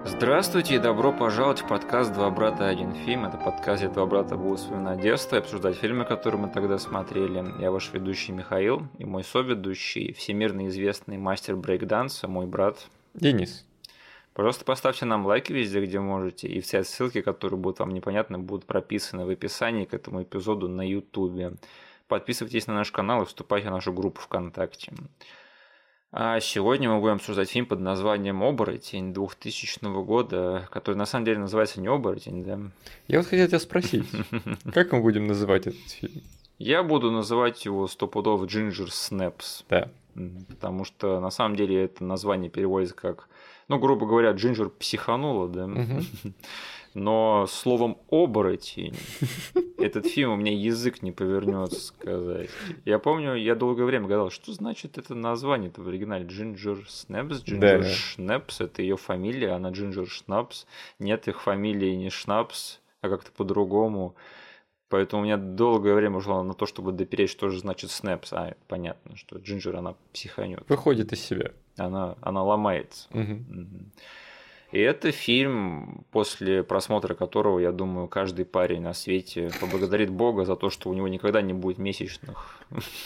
Здравствуйте и добро пожаловать в подкаст «Два брата. Один фильм». Это подкаст, где два брата будут вспоминать детство и обсуждать фильмы, которые мы тогда смотрели. Я ваш ведущий Михаил и мой соведущий, всемирно известный мастер брейкданса, мой брат Денис. Пожалуйста, поставьте нам лайки везде, где можете, и все ссылки, которые будут вам непонятны, будут прописаны в описании к этому эпизоду на YouTube. Подписывайтесь на наш канал и вступайте в нашу группу ВКонтакте. А сегодня мы будем обсуждать фильм под названием «Оборотень» 2000 года, который на самом деле называется не «Оборотень», да? Я вот хотел тебя спросить, как мы будем называть этот фильм? Я буду называть его стопудово «Ginger Snaps». Да. Потому что на самом деле это название переводится как, грубо говоря, Джинджер психанула, да? Но словом «оборотень» этот фильм у меня язык не повернется сказать. Я помню, я долгое время гадал, что значит это название-то в оригинале. Ginger Snaps, Ginger Schnaps, это ее фамилия, она Ginger Schnaps. Нет, их фамилии не Schnaps, а как-то по-другому. Поэтому у меня долгое время ушло на то, чтобы допереть, что же значит Snaps. А, понятно, что Ginger, она психанет. Выходит из себя. Она ломается. И это фильм, после просмотра которого, я думаю, каждый парень на свете поблагодарит Бога за то, что у него никогда не будет месячных.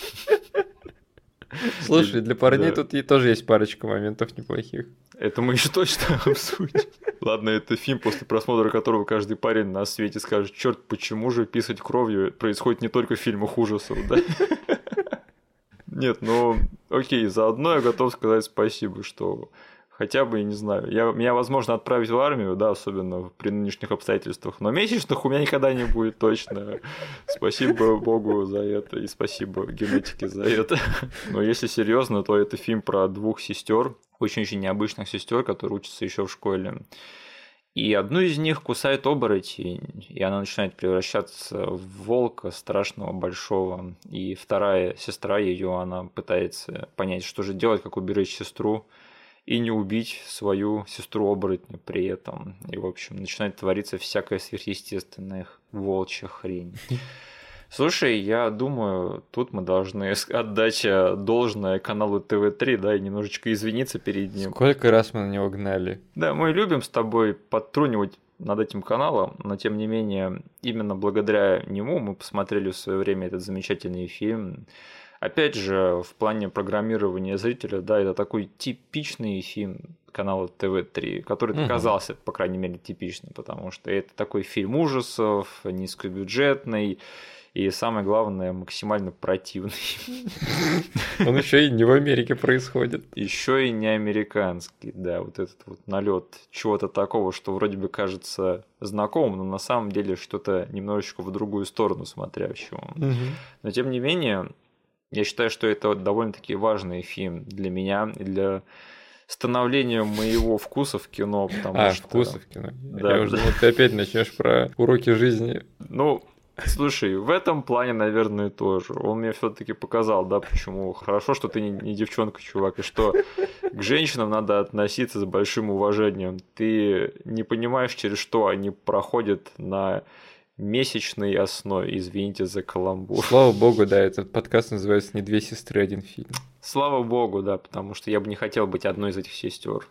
Слушай, для парней тут и тоже есть парочка моментов неплохих. Это мы еще точно обсудим. Ладно, это фильм, после просмотра которого каждый парень на свете скажет: черт, почему же писать кровью происходит не только в фильмах ужасов, да? Нет, окей, заодно я готов сказать спасибо, что хотя бы, я не знаю, меня, возможно, отправить в армию, да, особенно при нынешних обстоятельствах, но месячных у меня никогда не будет точно. Спасибо Богу за это и спасибо генетике за это. Но если серьезно, то это фильм про двух сестер, очень-очень необычных сестер, которые учатся еще в школе. И одну из них кусает оборотень, и она начинает превращаться в волка страшного, большого. И вторая сестра ее, она пытается понять, что же делать, как уберечь сестру и не убить свою сестру-оборотня при этом. И, в общем, начинает твориться всякая сверхъестественная волчья хрень. Слушай, я думаю, тут мы должны отдать должное каналу ТВ3, да, и немножечко извиниться перед ним. Сколько раз мы на него гнали? Да, мы любим с тобой подтрунивать над этим каналом, но тем не менее, именно благодаря нему мы посмотрели в свое время этот замечательный фильм. Опять же, в плане программирования зрителя, да, это такой типичный фильм канала ТВ3, который казался, по крайней мере, типичным, потому что это такой фильм ужасов, низкобюджетный и, самое главное, максимально противный. Он еще и не в Америке происходит. Еще и не американский, да, вот этот вот налет чего-то такого, что вроде бы кажется знакомым, но на самом деле что-то немножечко в другую сторону смотрящего. Но тем не менее, я считаю, что это довольно-таки важный фильм для меня и для становления моего вкуса в кино, потому что... вкуса в кино. Да, я уже думал, ты опять начнешь про уроки жизни. Слушай, в этом плане, наверное, тоже. Он мне все-таки показал, да, почему хорошо, что ты не девчонка, чувак, и что к женщинам надо относиться с большим уважением. Ты не понимаешь, через что они проходят на месячной основе, извините за каламбур. Слава богу, да, этот подкаст называется «Не две сестры, один фильм». Слава богу, да, потому что я бы не хотел быть одной из этих сестер.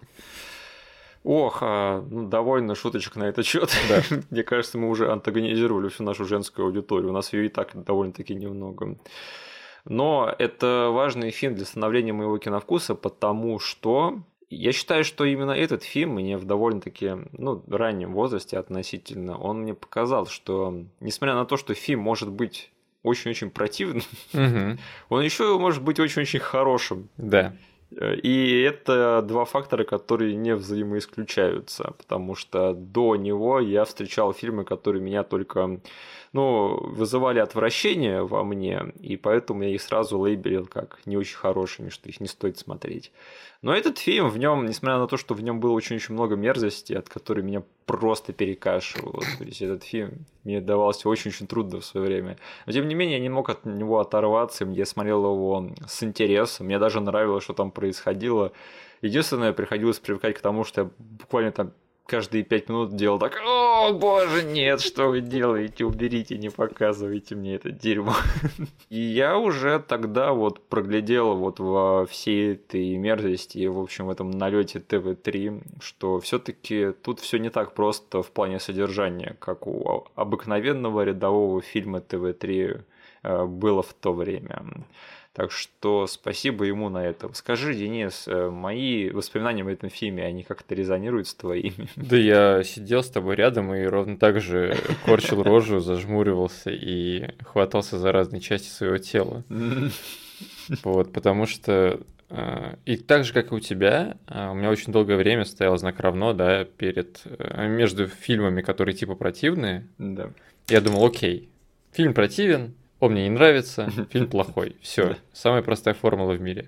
Довольно шуточек на этот счет. Да. Мне кажется, мы уже антагонизировали всю нашу женскую аудиторию. У нас ее и так довольно-таки немного. Но это важный фильм для становления моего киновкуса, потому что я считаю, что именно этот фильм мне в довольно-таки раннем возрасте относительно, он мне показал, что несмотря на то, что фильм может быть очень-очень противным, он еще может быть очень-очень хорошим. Да. И это два фактора, которые не взаимоисключаются, потому что до него я встречал фильмы, которые меня только вызывали отвращение во мне, и поэтому я их сразу лейбелил как не очень хорошими, что их не стоит смотреть. Но этот фильм, в нем, несмотря на то, что в нем было очень-очень много мерзости, от которой меня просто перекашивало, то есть этот фильм мне давался очень-очень трудно в свое время. Но тем не менее, я не мог от него оторваться, я смотрел его с интересом, мне даже нравилось, что там происходило. Единственное, приходилось привыкать к тому, что я буквально там каждые 5 минут делал так: «О, боже, нет, что вы делаете, уберите, не показывайте мне это дерьмо». И я уже тогда вот проглядел вот во всей этой мерзости, в общем, в этом налете ТВ-3, что все-таки тут все не так просто в плане содержания, как у обыкновенного рядового фильма ТВ-3 было в то время. Так что спасибо ему на это. Скажи, Денис, мои воспоминания об этом фильме, они как-то резонируют с твоими? Да я сидел с тобой рядом и ровно так же корчил рожу, зажмуривался и хватался за разные части своего тела. Вот, потому что и так же, как и у тебя, у меня очень долгое время стоял знак равно, да, между фильмами, которые типа противные. Да. Я думал, окей, фильм противен, он мне не нравится, фильм плохой. Все, самая простая формула в мире.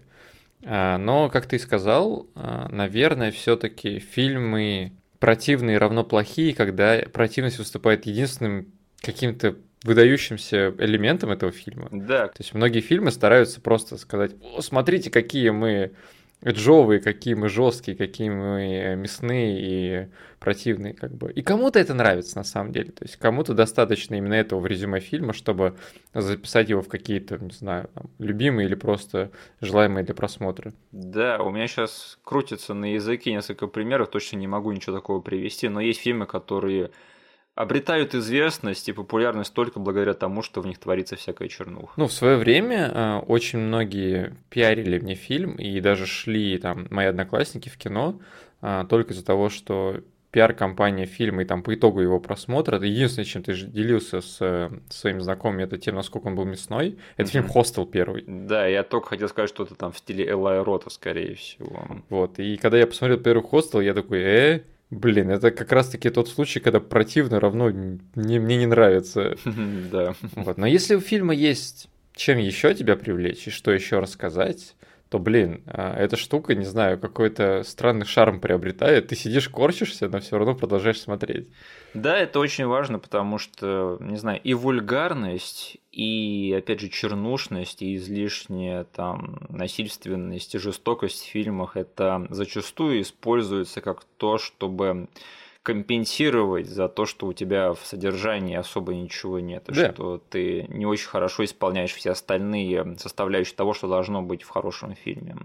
Но, как ты и сказал, наверное, все-таки фильмы противные равно плохие, когда противность выступает единственным каким-то выдающимся элементом этого фильма. Да. То есть многие фильмы стараются просто сказать: «О, смотрите, какие мы джовые, какие мы жесткие, какие мы мясные и противные, как бы. И кому-то это нравится на самом деле. То есть кому-то достаточно именно этого в резюме фильма, чтобы записать его в какие-то, не знаю, там, любимые или просто желаемые для просмотра. Да, у меня сейчас крутится на языке несколько примеров, точно не могу ничего такого привести, но есть фильмы, которые обретают известность и популярность только благодаря тому, что в них творится всякая чернуха. Ну, в свое время очень многие пиарили мне фильм и даже шли там мои одноклассники в кино только из-за того, что пиар-компания фильма и там по итогу его просмотра, это единственное, чем ты делился с своими знакомыми, это тем, насколько он был мясной. Это фильм «Хостел» первый. Да, я только хотел сказать что-то там в стиле Элая Рота, скорее всего. Вот, и когда я посмотрел первый «Хостел», я такой: блин, это как раз-таки тот случай, когда противно равно мне не нравится. Да. Вот. Но если у фильма есть чем еще тебя привлечь и что еще рассказать, то, блин, эта штука, не знаю, какой-то странный шарм приобретает. Ты сидишь, корчишься, но все равно продолжаешь смотреть. Да, это очень важно, потому что, не знаю, и вульгарность, и, опять же, чернушность, и излишняя там насильственность и жестокость в фильмах, это зачастую используется как то, чтобы компенсировать за то, что у тебя в содержании особо ничего нет, и Да. что ты не очень хорошо исполняешь все остальные составляющие того, что должно быть в хорошем фильме.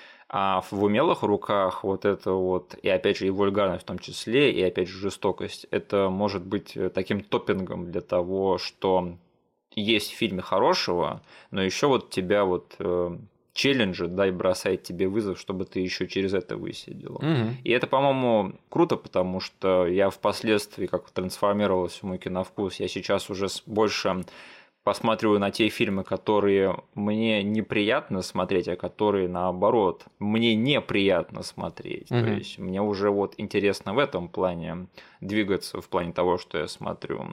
А в умелых руках вот это вот, и опять же и вульгарность в том числе, и опять же жестокость, это может быть таким топпингом для того, что есть в фильме хорошего, но еще вот тебя вот челленджит, да, и бросает тебе вызов, чтобы ты еще через это высидел. Угу. И это, по-моему, круто, потому что я впоследствии, как трансформировался мой киновкус, я сейчас уже больше посматриваю на те фильмы, которые мне неприятно смотреть, а которые, наоборот, мне неприятно смотреть. То есть мне уже вот интересно в этом плане двигаться, в плане того, что я смотрю.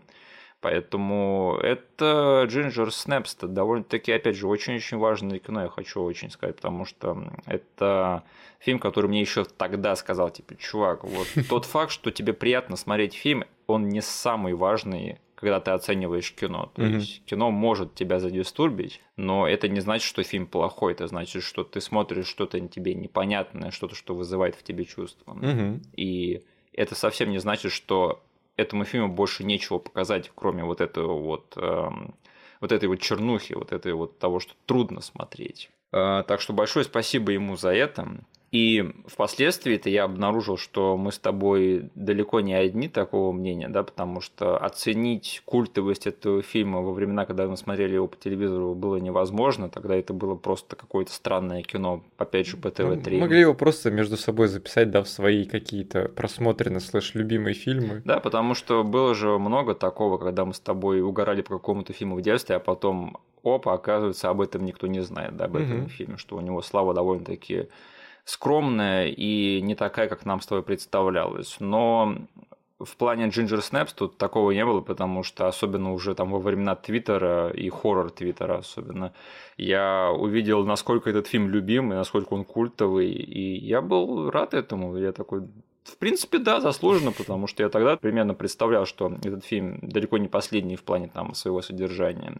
Поэтому это Ginger Snaps довольно-таки, опять же, очень-очень важное кино, я хочу очень сказать, потому что это фильм, который мне еще тогда сказал, типа, чувак, вот тот факт, что тебе приятно смотреть фильм, он не самый важный, когда ты оцениваешь кино. То есть кино может тебя задистурбить, но это не значит, что фильм плохой, это значит, что ты смотришь что-то тебе непонятное, что-то, что вызывает в тебе чувства. И это совсем не значит, что этому фильму больше нечего показать, кроме вот этого вот этой вот чернухи, вот этой вот того, что трудно смотреть. Так что большое спасибо ему за это. И впоследствии-то я обнаружил, что мы с тобой далеко не одни такого мнения, да, потому что оценить культовость этого фильма во времена, когда мы смотрели его по телевизору, было невозможно. Тогда это было просто какое-то странное кино, опять же, по ТВ-3. Могли его просто между собой записать, да, в свои какие-то просмотренные /любимые фильмы. Да, потому что было же много такого, когда мы с тобой угорали по какому-то фильму в детстве, а потом, опа, оказывается, об этом никто не знает, да, об этом фильме, что у него слава довольно-таки скромная и не такая, как нам с тобой представлялось. Но в плане Ginger Snaps тут такого не было, потому что особенно уже там во времена Твиттера и хоррор-Твиттера особенно, я увидел, насколько этот фильм любимый, насколько он культовый, и я был рад этому. Я такой, в принципе, да, заслуженно, потому что я тогда примерно представлял, что этот фильм далеко не последний в плане там своего содержания.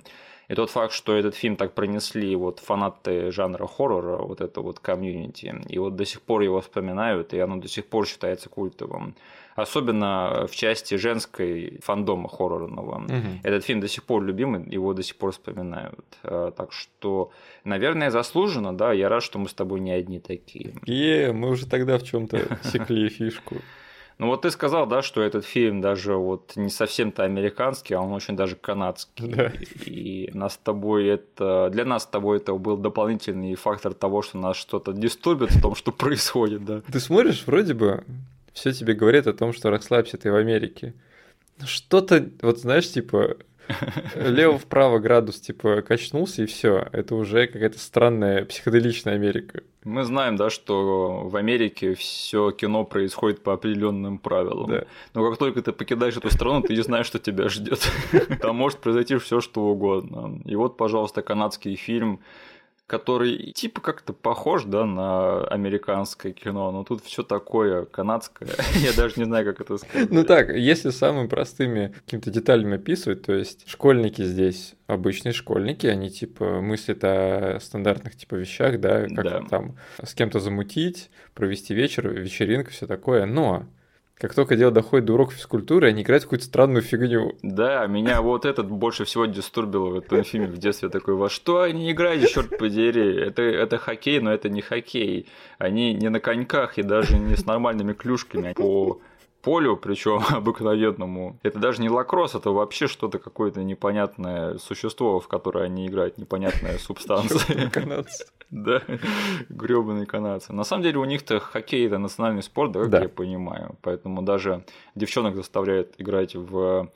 И тот факт, что этот фильм так пронесли вот фанаты жанра хоррора, вот это вот комьюнити, и вот до сих пор его вспоминают, и оно до сих пор считается культовым. Особенно в части женской фандома хоррорного. Этот фильм до сих пор любимый, его до сих пор вспоминают. Так что, наверное, заслуженно, да, я рад, что мы с тобой не одни такие. Мы уже тогда в чем-то секли фишку. Ну вот ты сказал, да, что этот фильм даже вот не совсем-то американский, а он очень даже канадский. Да. И нас с тобой для нас с тобой это был дополнительный фактор того, что нас что-то дистурбит в том, что происходит, да. Ты смотришь, вроде бы все тебе говорит о том, что расслабься, ты в Америке. Что-то, вот знаешь, типа, лево-вправо градус, типа, качнулся, и все. Это уже какая-то странная психоделичная Америка. Мы знаем, да, что в Америке все кино происходит по определенным правилам. Да. Но как только ты покидаешь эту страну, ты не знаешь, что тебя ждет. Там может произойти все, что угодно. И вот, пожалуйста, канадский фильм, который типа как-то похож, да, на американское кино, но тут все такое канадское. Я даже не знаю, как это сказать. Ну так, если самыми простыми какими-то деталями описывать, то есть школьники здесь обычные школьники, они типа мыслят о стандартных типа вещах, да, как там с кем-то замутить, провести вечер, вечеринку, все такое, но как только дело доходит до уроков физкультуры, они играют в какую-то странную фигню. Да, меня вот этот больше всего дистурбило в этом фильме в детстве. Такой, во что они играют, черт подери? Это хоккей, но это не хоккей. Они не на коньках и даже не с нормальными клюшками, а по полю, причем обыкновенному. Это даже не лакросс, это вообще что-то какое-то непонятное существо, в которое они играют, непонятная субстанция. Канадцы. Да, грёбаные канадцы. На самом деле у них-то хоккей – это национальный спорт, да, как я понимаю. Поэтому даже девчонок заставляют играть в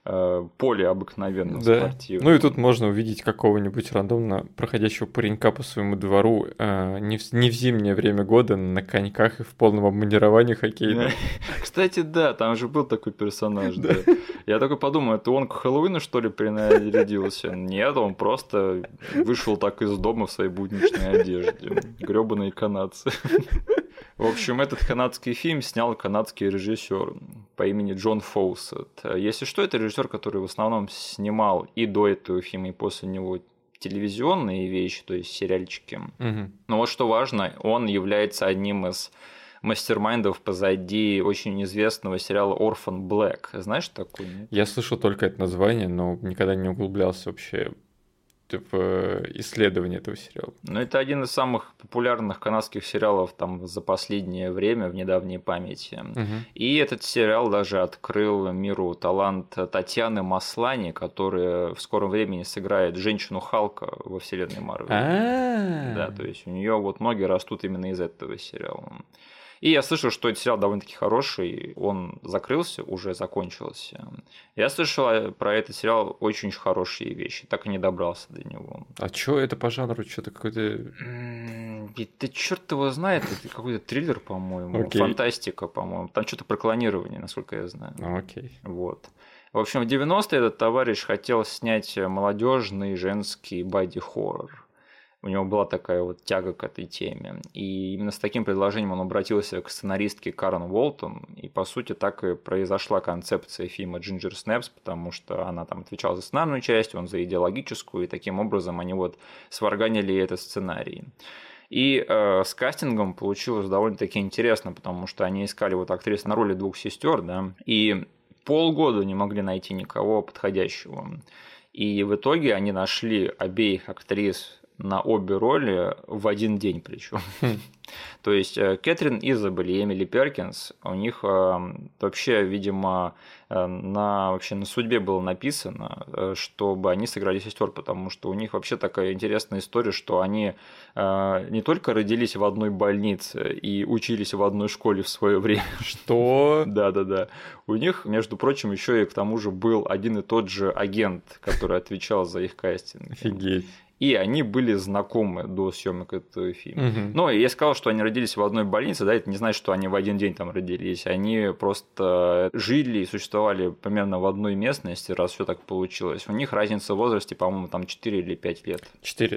поле обыкновенном, спортивном. Ну и тут можно увидеть какого-нибудь рандомно проходящего паренька по своему двору не в зимнее время года на коньках и в полном обмундировании хоккейном. Кстати, да, там же был такой персонаж. Да. Я только подумал, это он к Хэллоуину, что ли, принарядился? Нет, он просто вышел так из дома в своей будничной одежде. Грёбаные канадцы. В общем, этот канадский фильм снял канадский режиссер по имени Джон Фоусет. Если что, это режиссер, который в основном снимал и до этого фильма, и после него телевизионные вещи, то есть сериальчики. Но вот что важно, он является одним из мастермайндов позади очень известного сериала Orphan Black. Знаешь такой? Нет? Я слышал только это название, но никогда не углублялся вообще в исследование этого сериала. Ну, это один из самых популярных канадских сериалов там за последнее время, в недавней памяти. И этот сериал даже открыл миру талант Татьяны Маслани, которая в скором времени сыграет женщину Халка во вселенной Марвел. Да, то есть у нее вот ноги растут именно из этого сериала. И я слышал, что этот сериал довольно-таки хороший, он закрылся, уже закончился. Я слышал про этот сериал очень хорошие вещи, так и не добрался до него. А что это по жанру? Что-то какой-то... Да черт его знает, это какой-то триллер, по-моему, фантастика, по-моему. Там что-то про клонирование, насколько я знаю. Окей. Вот. В общем, в 90-е этот товарищ хотел снять молодежный женский боди-хоррор. У него была такая вот тяга к этой теме. И именно с таким предложением он обратился к сценаристке Карен Уолтон. И, по сути, так и произошла концепция фильма «Джинджер Снэпс», потому что она там отвечала за сценарную часть, он за идеологическую, и таким образом они вот сварганили этот сценарий. И с кастингом получилось довольно-таки интересно, потому что они искали вот актрис на роли двух сестер, да, и полгода не могли найти никого подходящего. И в итоге они нашли обеих актрис на обе роли в один день причем. То есть Кэтрин Изабель и Эмили Перкинс, у них вообще, видимо, на судьбе было написано, чтобы они сыграли сестер, потому что у них вообще такая интересная история, что они не только родились в одной больнице и учились в одной школе в свое время. Что? Да. У них, между прочим, еще и к тому же был один и тот же агент, который отвечал за их кастинг. Офигеть. И они были знакомы до съемок этого фильма. Но я сказал, что они родились в одной больнице, да, это не значит, что они в один день там родились. Они просто жили и существовали примерно в одной местности, раз все так получилось. У них разница в возрасте, по-моему, там 4 или 5 лет. 4.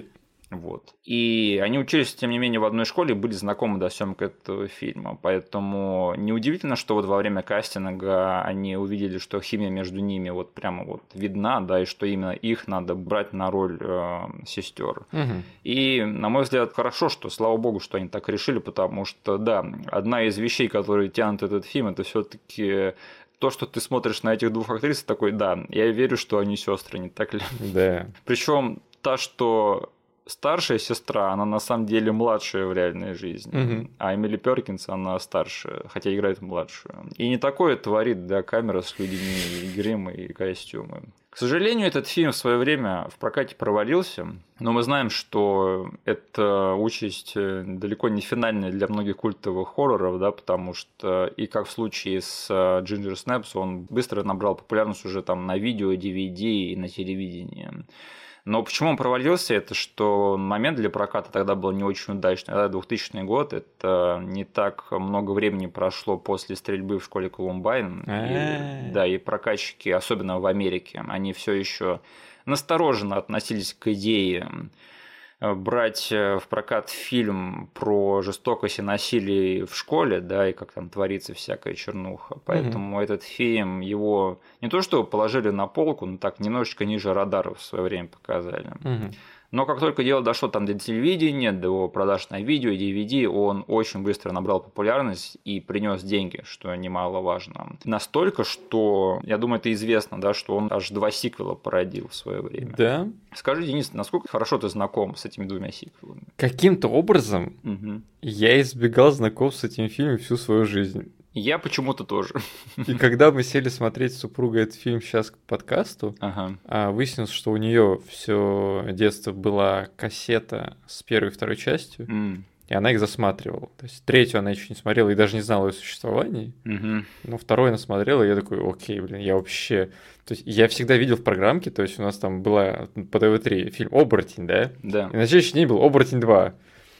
Вот. И они учились, тем не менее, в одной школе и были знакомы до съемок этого фильма. Поэтому неудивительно, что вот во время кастинга они увидели, что химия между ними вот прямо вот видна, да, и что именно их надо брать на роль сестер. Мгм. И, на мой взгляд, хорошо, что, слава богу, что они так решили, потому что, да, одна из вещей, которые тянут этот фильм, это все-таки то, что ты смотришь на этих двух актрис, такой, да, я верю, что они сестры, не так ли? Да. Причем та, что старшая сестра, она на самом деле младшая в реальной жизни, Мгм. а Эмили Перкинс, она старшая, хотя играет младшую. И не такое творит, да, камера с людьми, и гримы, и костюмы. К сожалению, этот фильм в свое время в прокате провалился, но мы знаем, что эта участь далеко не финальная для многих культовых хорроров, да, потому что и как в случае с Джинджер Снэпс, он быстро набрал популярность уже там на видео, DVD и на телевидении. Но почему он провалился, это что момент для проката тогда был не очень удачный. Тогда 2000 год, это не так много времени прошло после стрельбы в школе Колумбайн. И, да, и прокатчики, особенно в Америке, они все еще настороженно относились к идее брать в прокат фильм про жестокость и насилие в школе, да, и как там творится всякая чернуха. Поэтому этот фильм, его не то что положили на полку, но так немножечко ниже радаров в свое время показали. Мгм. Но как только дело дошло там до телевидения, до продаж на видео и DVD, он очень быстро набрал популярность и принес деньги, что немаловажно. Настолько, что, я думаю, это известно, да, что он аж 2 сиквела породил в свое время. Да. Скажи, Денис, насколько хорошо ты знаком с этими 2 сиквелами? Каким-то образом Мгм. я избегал знакомств с этим фильмом всю свою жизнь. Я почему-то тоже. И когда мы сели смотреть с супругой этот фильм сейчас к подкасту, Ага. выяснилось, что у нее все детство была кассета с первой и второй частью, М. и она их засматривала. То есть третью она еще не смотрела и даже не знала о ее существовании. Мгм. Но второй она смотрела, и я такой, окей, блин, я вообще... То есть я всегда видел в программке, то есть у нас там была по ТВ-3 фильм «Оборотень», да? Да. И на следующий день был «Оборотень 2».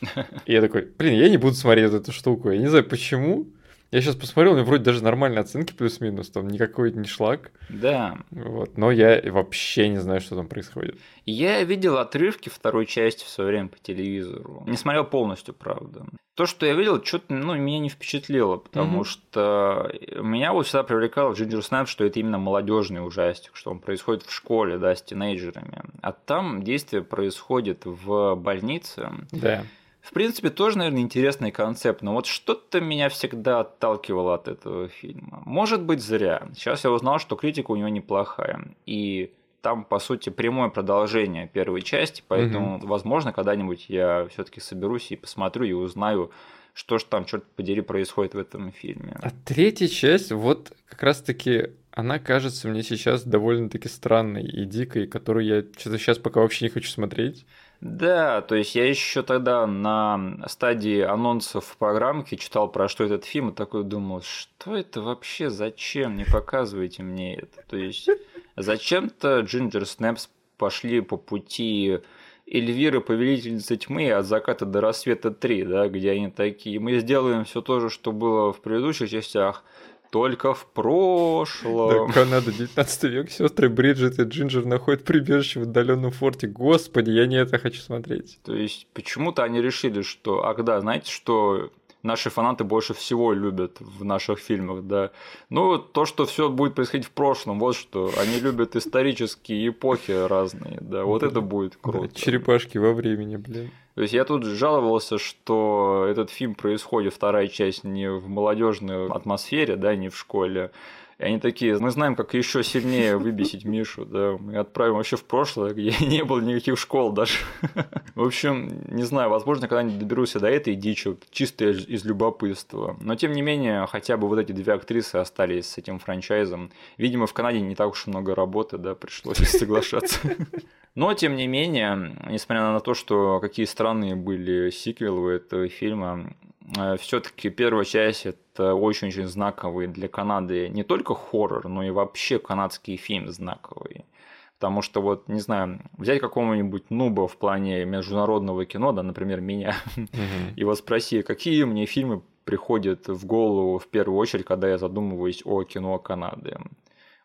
И я такой, блин, я не буду смотреть эту штуку. Я не знаю, почему. Я сейчас посмотрел, у меня вроде даже нормальные оценки плюс-минус, там никакой не шлак. Да. Вот, но я вообще не знаю, что там происходит. Я видел отрывки второй части в свое время по телевизору. Не смотрел полностью, правда. То, что я видел, что-то меня не впечатлило, потому Мгм. что меня вот всегда привлекал Джинджер Снэпс, что это именно молодежный ужастик, что он происходит в школе, да, с тинейджерами. А там действие происходит в больнице. Да. В принципе, тоже, наверное, интересный концепт, но вот что-то меня всегда отталкивало от этого фильма. Может быть, зря. Сейчас я узнал, что критика у него неплохая. И там, по сути, прямое продолжение первой части, поэтому, возможно, когда-нибудь я все-таки соберусь и посмотрю и узнаю, что же там, черт подери, происходит в этом фильме. А третья часть, вот как раз-таки, она кажется мне сейчас довольно-таки странной и дикой, которую я что-то сейчас пока вообще не хочу смотреть. Да, то есть я еще тогда на стадии анонсов в программке читал про что этот фильм и такой думал, что это вообще, зачем, не показывайте мне это. То есть зачем-то Джинджер Снэпс пошли по пути Эльвиры, Повелительницы Тьмы, от заката до рассвета 3, да, где они такие, мы сделаем все то же, что было в предыдущих частях, только в прошлом. Да, Канада, 19 век, сестры Бриджит и Джинджер находят прибежище в отдаленном форте. Господи, я не это хочу смотреть. То есть почему-то они решили, что, да, знаете, что наши фанаты больше всего любят в наших фильмах, да. Ну, то, что все будет происходить в прошлом, вот что. Они любят исторические эпохи разные, да. Вот это будет круто. Да, черепашки во времени, блин. То есть я тут жаловался, что этот фильм происходит, вторая часть, не в молодежной атмосфере, да, не в школе. И они такие, мы знаем, как еще сильнее выбесить Мишу, да, мы отправим вообще в прошлое, где не было никаких школ даже. В общем, не знаю, возможно, когда-нибудь доберусь до этой дичи, чисто из любопытства. Но, тем не менее, хотя бы вот эти 2 актрисы остались с этим франчайзом. Видимо, в Канаде не так уж много работы, да, пришлось соглашаться. Но, тем не менее, несмотря на то, что какие странные были сиквелы у этого фильма, все-таки первая часть это очень-очень знаковый для Канады не только хоррор, но и вообще канадский фильм знаковый. Потому что вот, не знаю, взять какого-нибудь нуба в плане международного кино, да, например, меня, и вот спроси, какие мне фильмы приходят в голову в первую очередь, когда я задумываюсь о кино Канады.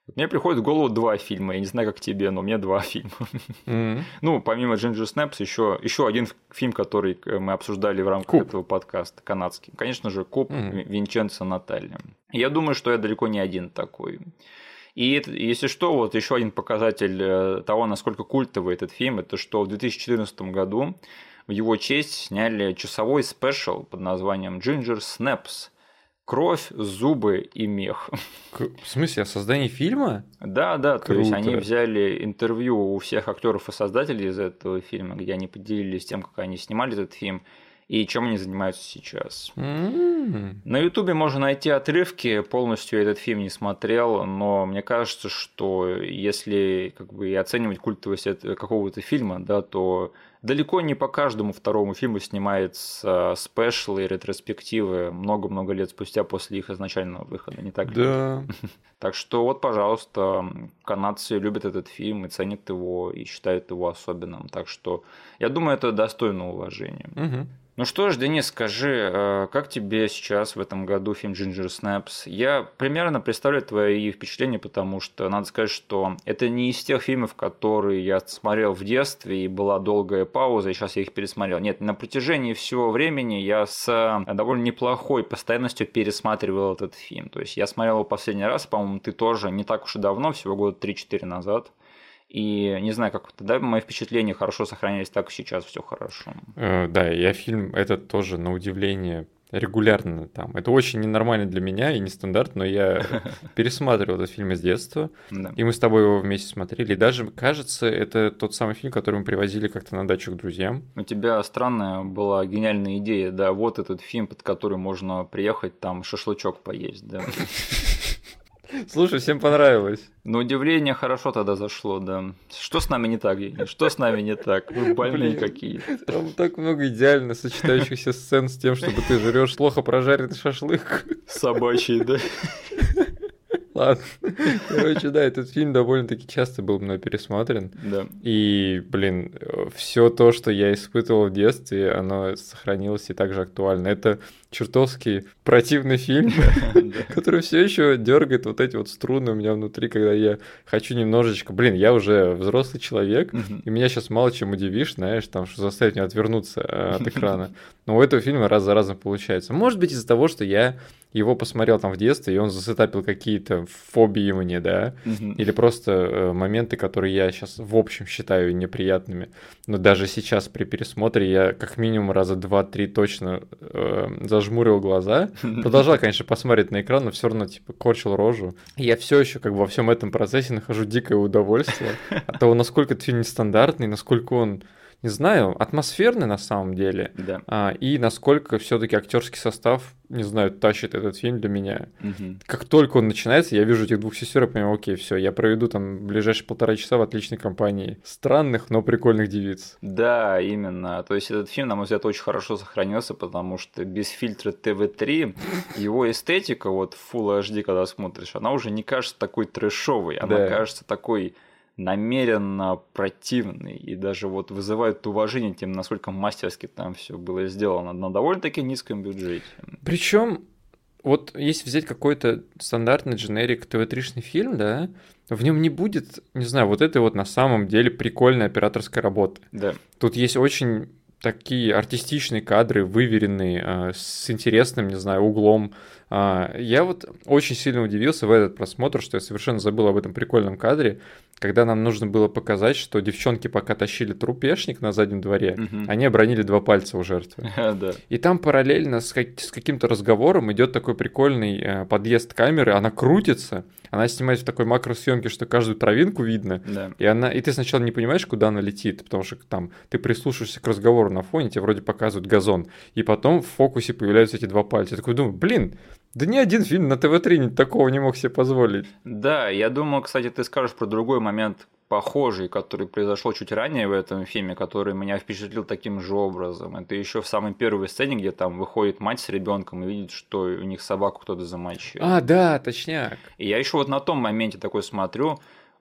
Мне приходит в голову 2 фильма. Я не знаю, как тебе, но у меня 2 фильма. Ну, помимо Ginger Snaps, еще один фильм, который мы обсуждали в рамках этого подкаста, канадский. Конечно же, Куб Винченцо Наталья. Я думаю, что я далеко не один такой. И это, если что, вот еще один показатель того, насколько культовый этот фильм, это что в 2014 году в его честь сняли часовой спешл под названием Ginger Snaps. Кровь, зубы и мех. В смысле, о создании фильма? Да, то есть они взяли интервью у всех актеров и создателей из этого фильма, где они поделились тем, как они снимали этот фильм и чем они занимаются сейчас. На Ютубе можно найти отрывки, полностью этот фильм не смотрел, но мне кажется, что если как бы и оценивать культовость какого-то фильма, да, то далеко не по каждому второму фильму снимается спешлы и ретроспективы много-много лет спустя после их изначального выхода, не так ли? Да. Так что вот, пожалуйста, канадцы любят этот фильм и ценят его, и считают его особенным. Так что я думаю, это достойно уважения. Ну что ж, Денис, скажи, как тебе сейчас в этом году фильм Ginger Snaps? Я примерно представляю твои впечатления, потому что надо сказать, что это не из тех фильмов, которые я смотрел в детстве, и была долгая пауза, и сейчас я их пересмотрел. Нет, на протяжении всего времени я с довольно неплохой постоянностью пересматривал этот фильм. То есть я смотрел его последний раз, по-моему, ты тоже не так уж и давно, всего года 3-4 назад. И не знаю, как тогда мои впечатления хорошо сохранились, так и сейчас все хорошо. Да, я фильм этот тоже, на удивление, регулярно там. Это очень ненормально для меня и нестандартно, но я пересматривал этот фильм из детства, и мы с тобой его вместе смотрели. И даже, кажется, это тот самый фильм, который мы привозили как-то на дачу к друзьям. У тебя странная была гениальная идея, да, вот этот фильм, под который можно приехать, там шашлычок поесть, да. Слушай, всем понравилось. На удивление хорошо тогда зашло, да. Что с нами не так, Евгений? Что с нами не так? Вы больные какие-то. Там так много идеально сочетающихся сцен с тем, чтобы ты жрешь плохо прожаренный шашлык. Собачий, да? Ладно. Короче, да, этот фильм довольно-таки часто был мной пересмотрен. Да. И, блин, все то, что я испытывал в детстве, оно сохранилось и также актуально. Это чертовски противный фильм, который все еще дергает вот эти вот струны у меня внутри, когда я хочу немножечко... Блин, я уже взрослый человек, и меня сейчас мало чем удивишь, знаешь, там, что заставит меня отвернуться от экрана. Но у этого фильма раз за разом получается. Может быть, из-за того, что я его посмотрел там в детстве, и он засетапил какие-то фобии мне, да, или просто моменты, которые я сейчас в общем считаю неприятными. Но даже сейчас при пересмотре я как минимум раза 2-3 точно зажмурил глаза. Продолжал, конечно, посмотреть на экран, но все равно типа корчил рожу. И я все еще как бы во всем этом процессе нахожу дикое удовольствие от того, насколько этот фильм нестандартный, насколько он, не знаю, атмосферный на самом деле, да. И насколько все-таки актерский состав, не знаю, тащит этот фильм для меня. Как только он начинается, я вижу этих двух сестер и понимаю, окей, все, я проведу там ближайшие 1,5 часа в отличной компании странных, но прикольных девиц. Да, именно. То есть этот фильм, на мой взгляд, очень хорошо сохранился, потому что без фильтра ТВ3 его эстетика, вот Full HD, когда смотришь, она уже не кажется такой трэшовой, она кажется такой намеренно противный и даже вот вызывает уважение тем, насколько мастерски там все было сделано на довольно-таки низком бюджете. Причем вот если взять какой-то стандартный дженерик ТВ-3-шный фильм, да, в нем не будет, не знаю, вот этой вот на самом деле прикольной операторской работы. Да. Тут есть очень такие артистичные кадры, выверенные, с интересным, не знаю, углом. Я вот очень сильно удивился в этот просмотр, что я совершенно забыл об этом прикольном кадре, когда нам нужно было показать, что девчонки, пока тащили трупешник на заднем дворе, они обронили 2 пальца у жертвы. И там параллельно с каким-то разговором идет такой прикольный подъезд камеры, она крутится, она снимает в такой макросъемке, что каждую травинку видно, и ты сначала не понимаешь, куда она летит, потому что там ты прислушиваешься к разговору на фоне, тебе вроде показывают газон, и потом в фокусе появляются эти 2 пальца. Я такой думаю, блин, да ни один фильм на ТВ-3 такого не мог себе позволить. Да, я думаю, кстати, ты скажешь про другой момент похожий, который произошел чуть ранее в этом фильме, который меня впечатлил таким же образом. Это еще в самой первой сцене, где там выходит мать с ребенком и видит, что у них собаку кто-то замочил. Да, точняк. И я еще вот на том моменте такой смотрю,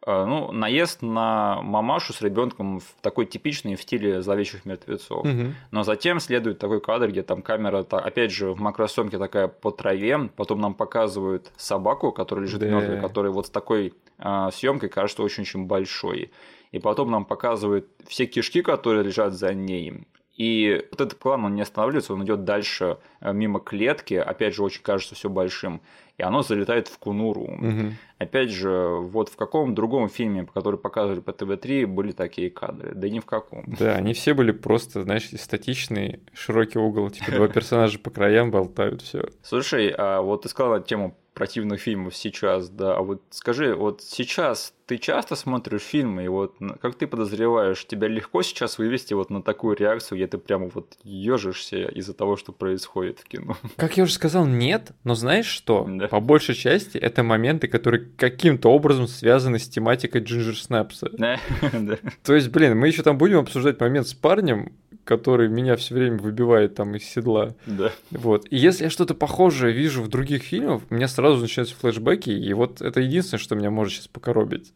Ну, наезд на мамашу с ребенком в такой типичный в стиле зловещих мертвецов. Но затем следует такой кадр, где там камера, опять же, в макросъемке такая по траве, потом нам показывают собаку, которая лежит мертвой, которая вот с такой съемкой кажется очень-очень большой. И потом нам показывают все кишки, которые лежат за ней. И вот этот план, он не останавливается, он идет дальше мимо клетки, опять же, очень кажется все большим, и оно залетает в Кунуру. Опять же, вот в каком другом фильме, который показывали по ТВ-3, были такие кадры? Да ни в каком. Да, они все были просто, знаешь, статичные, широкий угол, типа два персонажа по краям болтают, все. Слушай, а вот ты сказал тему противных фильмов сейчас, да, а вот скажи, вот сейчас ты часто смотришь фильмы, и вот как ты подозреваешь, тебя легко сейчас вывести вот на такую реакцию, где ты прямо вот ежишься из-за того, что происходит в кино? Как я уже сказал, нет, но знаешь что? Да. По большей части это моменты, которые каким-то образом связаны с тематикой Джинджер Снэпса. Да. То есть, блин, мы еще там будем обсуждать момент с парнем, который меня все время выбивает там из седла. Да. Вот. И если я что-то похожее вижу в других фильмах, у меня сразу начинаются флешбеки, и вот это единственное, что меня может сейчас покоробить.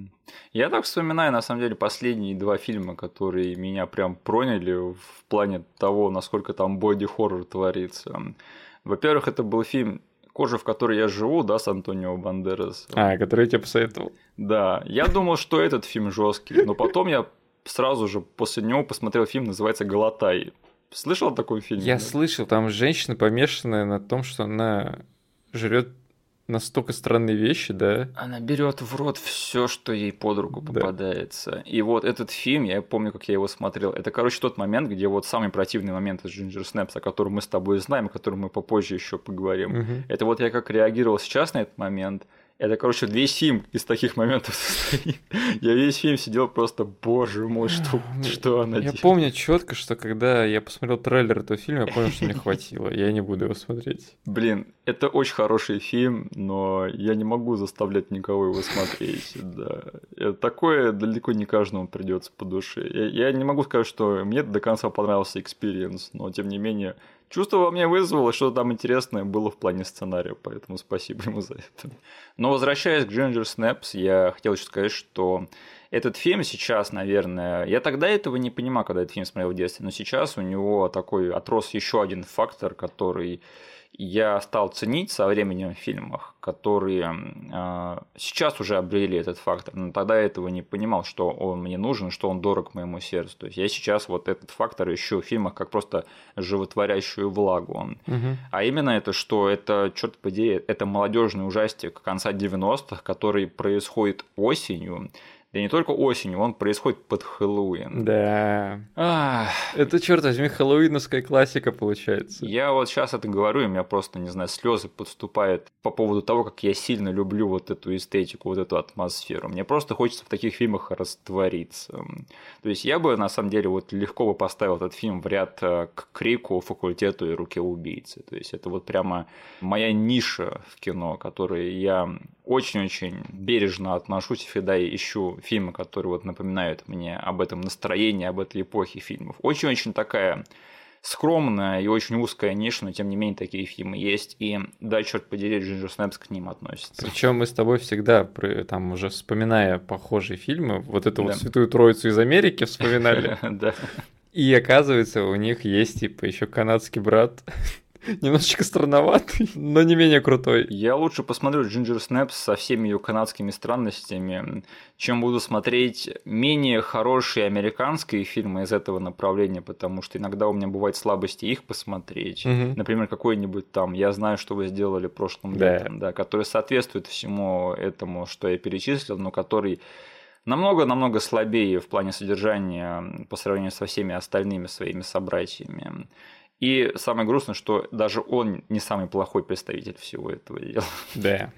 Я так вспоминаю, на самом деле, последние 2 фильма, которые меня прям проняли в плане того, насколько там боди-хоррор творится. Во-первых, это был фильм «Кожа, в которой я живу», да, с Антонио Бандерасом. Который я тебе посоветовал. Да, я думал, что этот фильм жесткий, но потом я сразу же после него посмотрел фильм, называется «Галатай». Слышал о таком фильме? Я слышал, там женщина помешанная на том, что она жрет настолько странные вещи, да? Она берет в рот все, что ей под руку попадается. Да. И вот этот фильм, я помню, как я его смотрел. Это, короче, тот момент, где вот самый противный момент из Ginger Snaps, о котором мы с тобой знаем, о котором мы попозже еще поговорим. Это вот я как реагировал сейчас на этот момент. Это, короче, весь фильм из таких моментов состоит. Я весь фильм сидел просто, боже мой, что она делает. Я помню четко, что когда я посмотрел трейлер этого фильма, я понял, что мне хватило. Я не буду его смотреть. Блин, это очень хороший фильм, но я не могу заставлять никого его смотреть. Да. Такое далеко не каждому придется по душе. Я не могу сказать, что мне до конца понравился экспириенс, но тем не менее. Чувство во мне вызвало, что там интересное было в плане сценария, поэтому спасибо ему за это. Но возвращаясь к Ginger Snaps, я хотел еще сказать, что этот фильм сейчас, наверное, я тогда этого не понимал, когда этот фильм смотрел в детстве, но сейчас у него такой отрос еще один фактор, который я стал ценить со временем в фильмах, которые сейчас уже обрели этот фактор, но тогда я этого не понимал, что он мне нужен, что он дорог моему сердцу. То есть я сейчас вот этот фактор ищу в фильмах как просто животворящую влагу. А именно это, что это, черт подери, это молодежный ужастик конца 90-х, который происходит осенью. Да не только осенью, он происходит под Хэллоуин. Да. Это, черт возьми, хэллоуиновская классика получается. Я вот сейчас это говорю, и у меня просто, не знаю, слезы подступают по поводу того, как я сильно люблю вот эту эстетику, вот эту атмосферу. Мне просто хочется в таких фильмах раствориться. То есть я бы, на самом деле, вот легко бы поставил этот фильм в ряд к «Крику», «Факультету» и «Руке убийцы». То есть это вот прямо моя ниша в кино, которой я очень-очень бережно отношусь и всегда ищу фильмы, которые вот напоминают мне об этом настроении, об этой эпохе фильмов. Очень-очень такая скромная и очень узкая ниша, но тем не менее такие фильмы есть. И да, черт подери, Ginger Snaps к ним относится. Причем мы с тобой всегда, там уже вспоминая похожие фильмы, вот эту вот Святую Троицу из Америки вспоминали. Да. И оказывается, у них есть типа еще канадский брат. Немножечко странноватый, но не менее крутой. Я лучше посмотрю Ginger Snaps со всеми ее канадскими странностями, чем буду смотреть менее хорошие американские фильмы из этого направления, потому что иногда у меня бывают слабости их посмотреть. Например, какой-нибудь там «Я знаю, что вы сделали прошлым летом», да, который соответствует всему этому, что я перечислил, но который намного-намного слабее в плане содержания по сравнению со всеми остальными своими собратьями. И самое грустное, что даже он не самый плохой представитель всего этого дела. Да.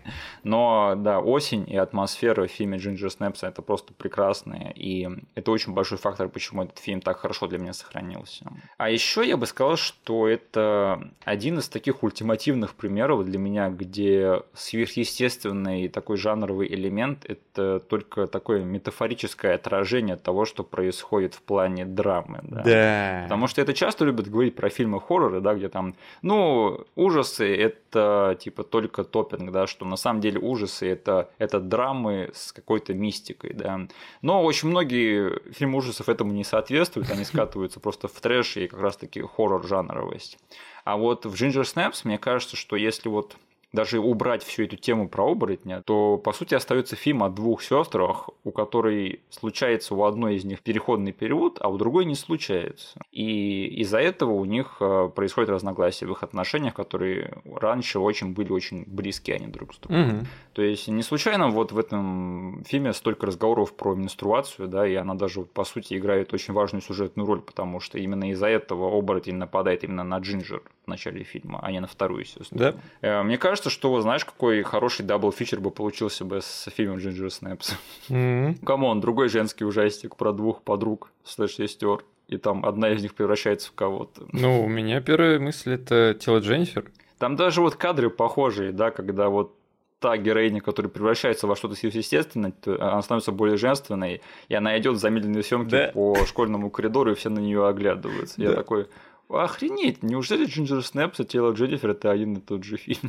Но да, осень и атмосфера в фильме Ginger Snaps это просто прекрасные. И это очень большой фактор, почему этот фильм так хорошо для меня сохранился. А еще я бы сказал, что это один из таких ультимативных примеров для меня, где сверхъестественный такой жанровый элемент это только такое метафорическое отражение того, что происходит в плане драмы. Да. Да. Потому что это часто любят говорить про фильмы фильмы хорроры, да, где там, ну, ужасы — это типа только топинг, да, что на самом деле ужасы — это драмы с какой-то мистикой, да. Но очень многие фильмы ужасов этому не соответствуют, они скатываются просто в трэш и как раз-таки хоррор-жанровость. А вот в Ginger Snaps, мне кажется, что если вот даже убрать всю эту тему про оборотня, то, по сути, остается фильм о двух сестрах, у которой случается у одной из них переходный период, а у другой не случается. И из-за этого у них происходит разногласия в их отношениях, которые раньше были очень близкие они друг с другом. Угу. То есть не случайно вот в этом фильме столько разговоров про менструацию, да, и она даже, по сути, играет очень важную сюжетную роль, потому что именно из-за этого оборотень нападает именно на Джинджер в начале фильма, а не на вторую сестру. Да. Мне кажется, что, знаешь, какой хороший дабл-фичер бы получился бы с фильмом Ginger Snaps. Камон, другой женский ужастик про двух подруг /сестер, и там одна из них превращается в кого-то. Ну, у меня первая мысль — это тело Дженнифер. Там даже вот кадры похожие, да, когда вот та героиня, которая превращается во что-то сверхъестественное, она становится более женственной, и она идет в замедленной съемке по школьному коридору, и все на нее оглядываются. Да. Я такой: охренеть, неужели Ginger Snaps и тело Дженнифер — это один и тот же фильм?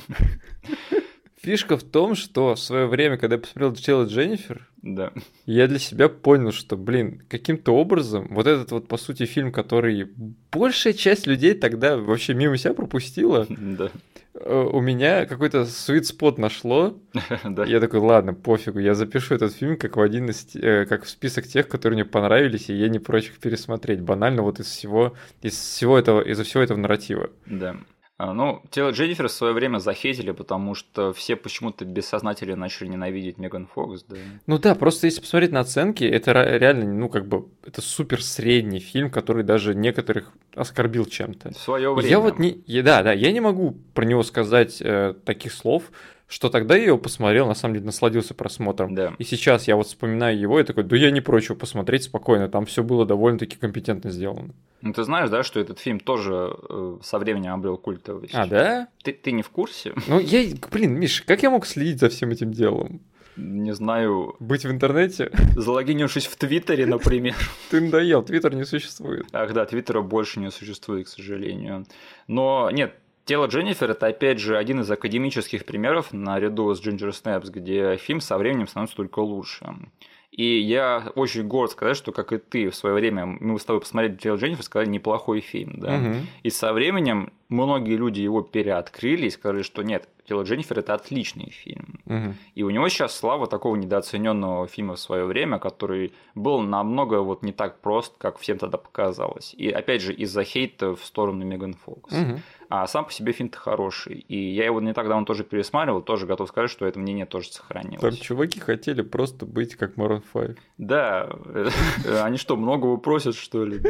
Фишка в том, что в свое время, когда я посмотрел тело Дженнифер, да, я для себя понял, что, каким-то образом вот этот вот, по сути, фильм, который большая часть людей тогда вообще мимо себя пропустила, да. У меня какой-то sweet spot нашло. Да. Я такой: ладно, пофигу, я запишу этот фильм как как в список тех, которые мне понравились, и я не прочь их пересмотреть. Банально вот из-за всего этого нарратива. Да. Ну, тело Дженнифер в свое время захейтили, потому что все почему-то бессознательно начали ненавидеть Меган Фокс, да. Ну да, просто если посмотреть на оценки, это реально, это супер средний фильм, который даже некоторых оскорбил чем-то. В свое время. Я не могу про него сказать таких слов, что тогда я его посмотрел, на самом деле насладился просмотром. Да. И сейчас я вот вспоминаю его и такой: да я не прочь его посмотреть спокойно, там все было довольно-таки компетентно сделано. Ну ты знаешь, да, что этот фильм тоже со временем обрел культовость? А, да? Ты не в курсе? Ну Миша, как я мог следить за всем этим делом? Не знаю. Быть в интернете? Залогинившись в Твиттере, например. Ты надоел, Твиттер не существует. Ах да, Твиттера больше не существует, к сожалению. Но нет, тело Дженнифер — это, опять же, один из академических примеров наряду с Ginger Snaps, где фильм со временем становится только лучше. И я очень горд сказать, что, как и ты, в свое время мы с тобой посмотрели «Тело Дженнифер», сказали: неплохой фильм, да. Угу. И со временем многие люди его переоткрыли и сказали, что нет, «Тело Дженнифер» — это отличный фильм. Угу. И у него сейчас слава такого недооцененного фильма в свое время, который был намного вот не так прост, как всем тогда показалось. И опять же, из-за хейта в сторону Меган Фокс. Угу. А сам по себе фильм-то хороший. И я его не так давно тоже пересматривал, тоже готов сказать, что это мнение тоже сохранилось. Там чуваки хотели просто быть как Maroon 5. Да, они что, многого просят, что ли?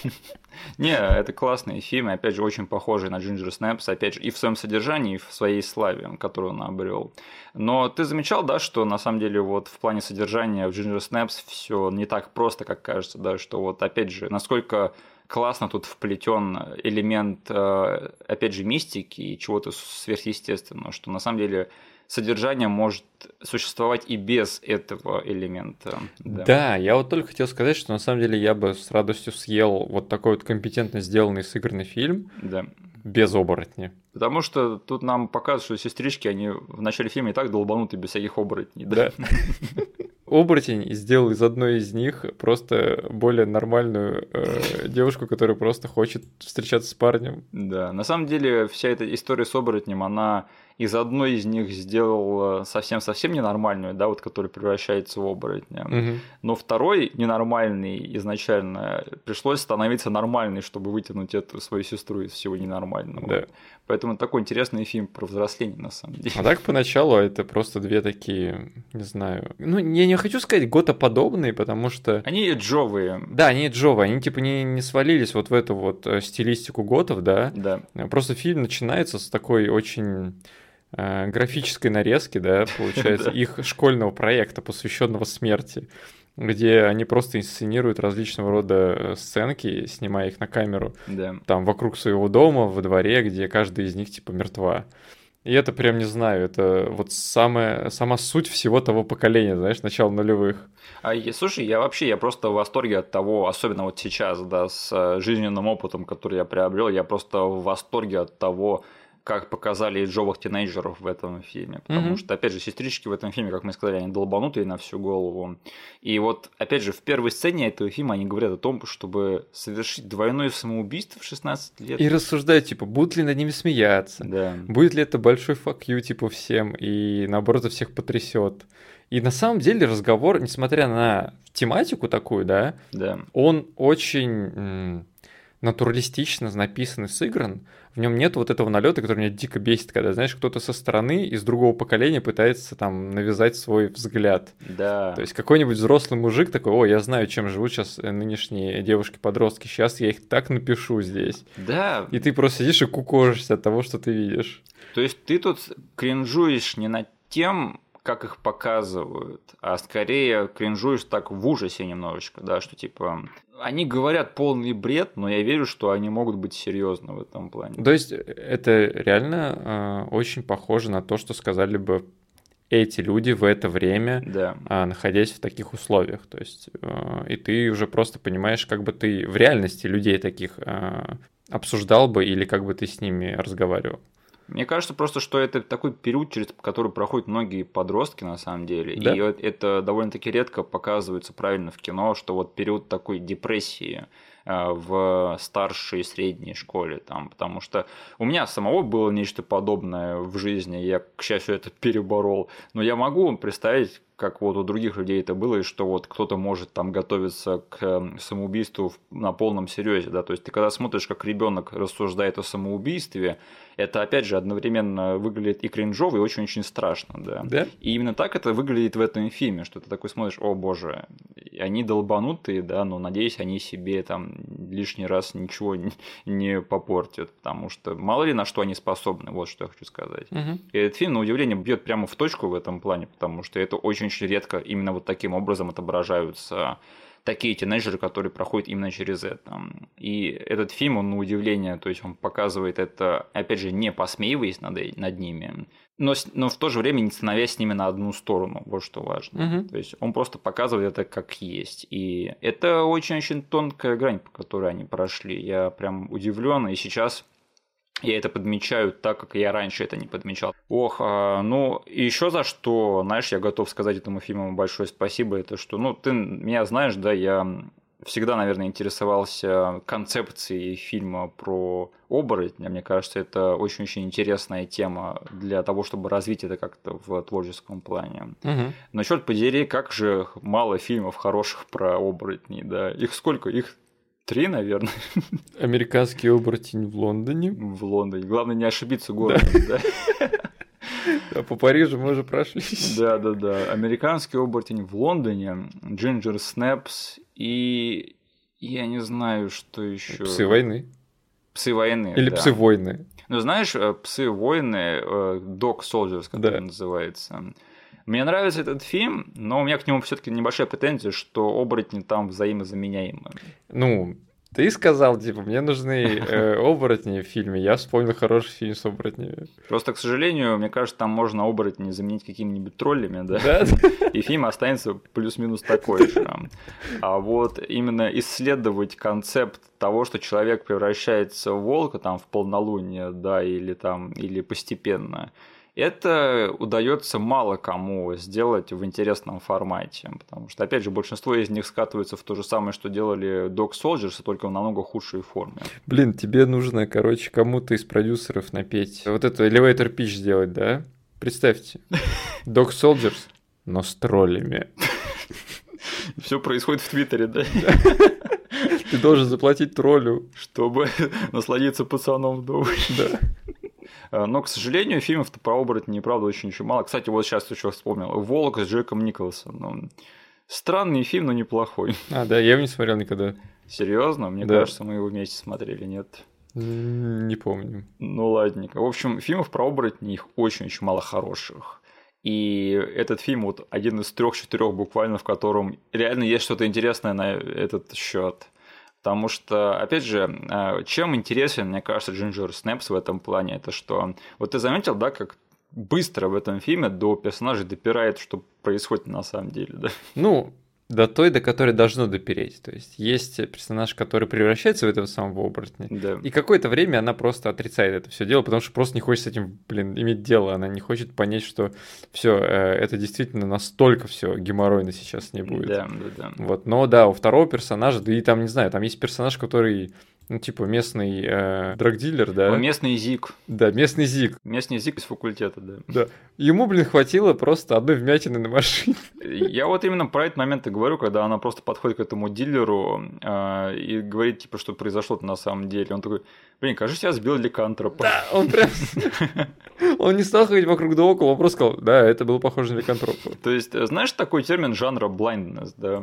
Не, это классный фильм, опять же, очень похожий на Ginger Snaps, опять же, и в своем содержании, и в своей славе, которую он обрел. Но ты замечал, да, что на самом деле вот в плане содержания в Ginger Snaps все не так просто, как кажется, да, что вот опять же, насколько классно тут вплетен элемент, опять же, мистики и чего-то сверхъестественного, что на самом деле содержание может существовать и без этого элемента. Да, я вот только хотел сказать, что на самом деле я бы с радостью съел вот такой вот компетентно сделанный, сыгранный фильм без оборотней. Потому что тут нам показывают, что сестрички, они в начале фильма и так долбануты без всяких оборотней. Да. Оборотень сделал из одной из них просто более нормальную девушку, которая просто хочет встречаться с парнем. Да, на самом деле вся эта история с оборотнем, она из одной из них сделала совсем-совсем ненормальную, да, вот которая превращается в оборотня. Угу. Но второй ненормальный изначально пришлось становиться нормальной, чтобы вытянуть эту свою сестру из всего ненормального. Да. Поэтому такой интересный фильм про взросление, на самом деле. А так поначалу это просто две такие, не знаю, я не хочу сказать готоподобные, потому что... Они джовые. Да, они джовые, они типа не свалились вот в эту вот стилистику готов, да? Да. Просто фильм начинается с такой очень графической нарезки, да, получается, их школьного проекта, посвященного смерти, где они просто инсценируют различного рода сценки, снимая их на камеру, там вокруг своего дома, во дворе, где каждая из них типа мертва. И это прям, не знаю, это вот сама суть всего того поколения, знаешь, начала нулевых. Слушай, я просто в восторге от того, особенно вот сейчас, да, с жизненным опытом, который я приобрел, я просто в восторге от того, как показали джовых тинейджеров в этом фильме. Потому Мгм. что, опять же, сестрички в этом фильме, как мы сказали, они долбанутые на всю голову. И вот, опять же, в первой сцене этого фильма они говорят о том, чтобы совершить двойное самоубийство в 16 лет. И рассуждают, типа, будут ли над ними смеяться, Да, будет ли это большой fuck you, типа, всем, и наоборот, это всех потрясет. И на самом деле разговор, несмотря на тематику такую, да, да. он очень натуралистично написан и сыгран. В нем нет вот этого налета, который меня дико бесит, когда, знаешь, кто-то со стороны из другого поколения пытается там навязать свой взгляд. Да. То есть какой-нибудь взрослый мужик такой: о, я знаю, чем живут сейчас нынешние девушки-подростки, сейчас я их так напишу здесь. Да. И ты просто сидишь и кукожишься от того, что ты видишь. То есть ты тут кринжуешь не над тем, как их показывают, а скорее кринжуешь так в ужасе немножечко, да, что типа они говорят полный бред, но я верю, что они могут быть серьезны в этом плане. То есть это реально очень похоже на то, что сказали бы эти люди в это время, Да. находясь в таких условиях. То есть и ты уже просто понимаешь, как бы ты в реальности людей таких обсуждал бы или как бы ты с ними разговаривал. Мне кажется просто, что это такой период, через который проходят многие подростки на самом деле. Да. И это довольно-таки редко показывается правильно в кино, что вот период такой депрессии в старшей и средней школе. Там, потому что у меня самого было нечто подобное в жизни, я, к счастью, это переборол. Но я могу представить, как вот у других людей это было, и что вот кто-то может там готовиться к самоубийству на полном серьезе, да, то есть ты когда смотришь, как ребенок рассуждает о самоубийстве, это опять же одновременно выглядит и кринжово, и очень-очень страшно, да. Да? И именно так это выглядит в этом фильме, что ты такой смотришь: о боже, они долбанутые, да, но надеюсь, они себе там лишний раз ничего не попортят, потому что мало ли на что они способны, вот что я хочу сказать. Угу. И этот фильм, на удивление, бьет прямо в точку в этом плане, потому что это очень-очень редко именно вот таким образом отображаются такие тинейджеры, которые проходят именно через это. И этот фильм, он на удивление, то есть он показывает это, опять же, не посмеиваясь над ними, но в то же время не становясь с ними на одну сторону, вот что важно. Угу. То есть он просто показывает это как есть. И это очень-очень тонкая грань, по которой они прошли. Я прям удивлен, и сейчас я это подмечаю так, как я раньше это не подмечал. Ну, и еще за что, знаешь, я готов сказать этому фильму большое спасибо, это что, ну, ты меня знаешь, да, я всегда, наверное, интересовался концепцией фильма про оборотня. Мне кажется, это очень-очень интересная тема для того, чтобы развить это как-то в творческом плане. Угу. Но черт подери, как же мало фильмов хороших про оборотней, да. Их сколько? Их 3, наверное. Американский оборотень в Лондоне. В Лондоне. Главное не ошибиться городом, да? А по Парижу мы уже прошлись. Да. Американский оборотень в Лондоне, Джинджер Снэпс и я не знаю, что еще. Псы войны. Псы войны. Или да. псы войны. Ну, знаешь, псы войны, Dog Soldiers, как это называется. Мне нравится этот фильм, но у меня к нему все-таки небольшая претензия, что оборотни там взаимозаменяемые. Ну, ты сказал, типа, мне нужны оборотни в фильме. Я вспомнил хороший фильм с оборотнями. Просто, к сожалению, мне кажется, там можно оборотни заменить какими-нибудь троллями, да? Да? И фильм останется плюс-минус такой же. А вот именно исследовать концепт того, что человек превращается в волка там в полнолуние, да, или постепенно, это удается мало кому сделать в интересном формате, потому что, опять же, большинство из них скатываются в то же самое, что делали Dog Soldiers, только в намного худшей форме. Блин, тебе нужно, короче, кому-то из продюсеров напеть. Вот это elevator pitch сделать, да? Представьте. Dog Soldiers, но с троллями. Все происходит в Твиттере, да? Ты должен заплатить троллю, чтобы насладиться пацаном вдоволь. Да. Но, к сожалению, фильмов-то про оборотней, правда, очень мало. Кстати, вот сейчас еще вспомнил. «Волк» с Джеком Николсоном. Странный фильм, но неплохой. Да, я его не смотрел никогда. Серьезно? Мне кажется, мы его вместе смотрели, нет? Не помню. Ну, ладненько. В общем, фильмов про оборотней их очень-очень мало хороших. И этот фильм вот один из 3-4 буквально, в котором реально есть что-то интересное на этот счет. Потому что, опять же, чем интересен, мне кажется, Ginger Snaps в этом плане, это что... Вот ты заметил, да, как быстро в этом фильме до персонажей допирает, что происходит на самом деле, да? Ну, до той, до которой должно допереть. То есть персонаж, который превращается в этого самого оборотня, Да. и какое-то время она просто отрицает это все дело, потому что просто не хочет с этим, иметь дело. Она не хочет понять, что все это действительно настолько все геморройно сейчас не будет. Да. Вот. Но да, у второго персонажа, да и там, не знаю, там есть персонаж, который, ну, типа, местный драгдилер, да? Он местный зик. Да, местный зик. Местный зик из факультета, да. Да. Ему, хватило просто одной вмятины на машине. Я вот именно про этот момент и говорю, когда она просто подходит к этому дилеру и говорит, типа, что произошло-то на самом деле. Он такой, блин, кажется, я сбил ликантропа. Да, он прям... Он не стал ходить вокруг да около, он просто сказал, да, это было похоже на ликантропа. То есть, знаешь такой термин жанра blindness, да?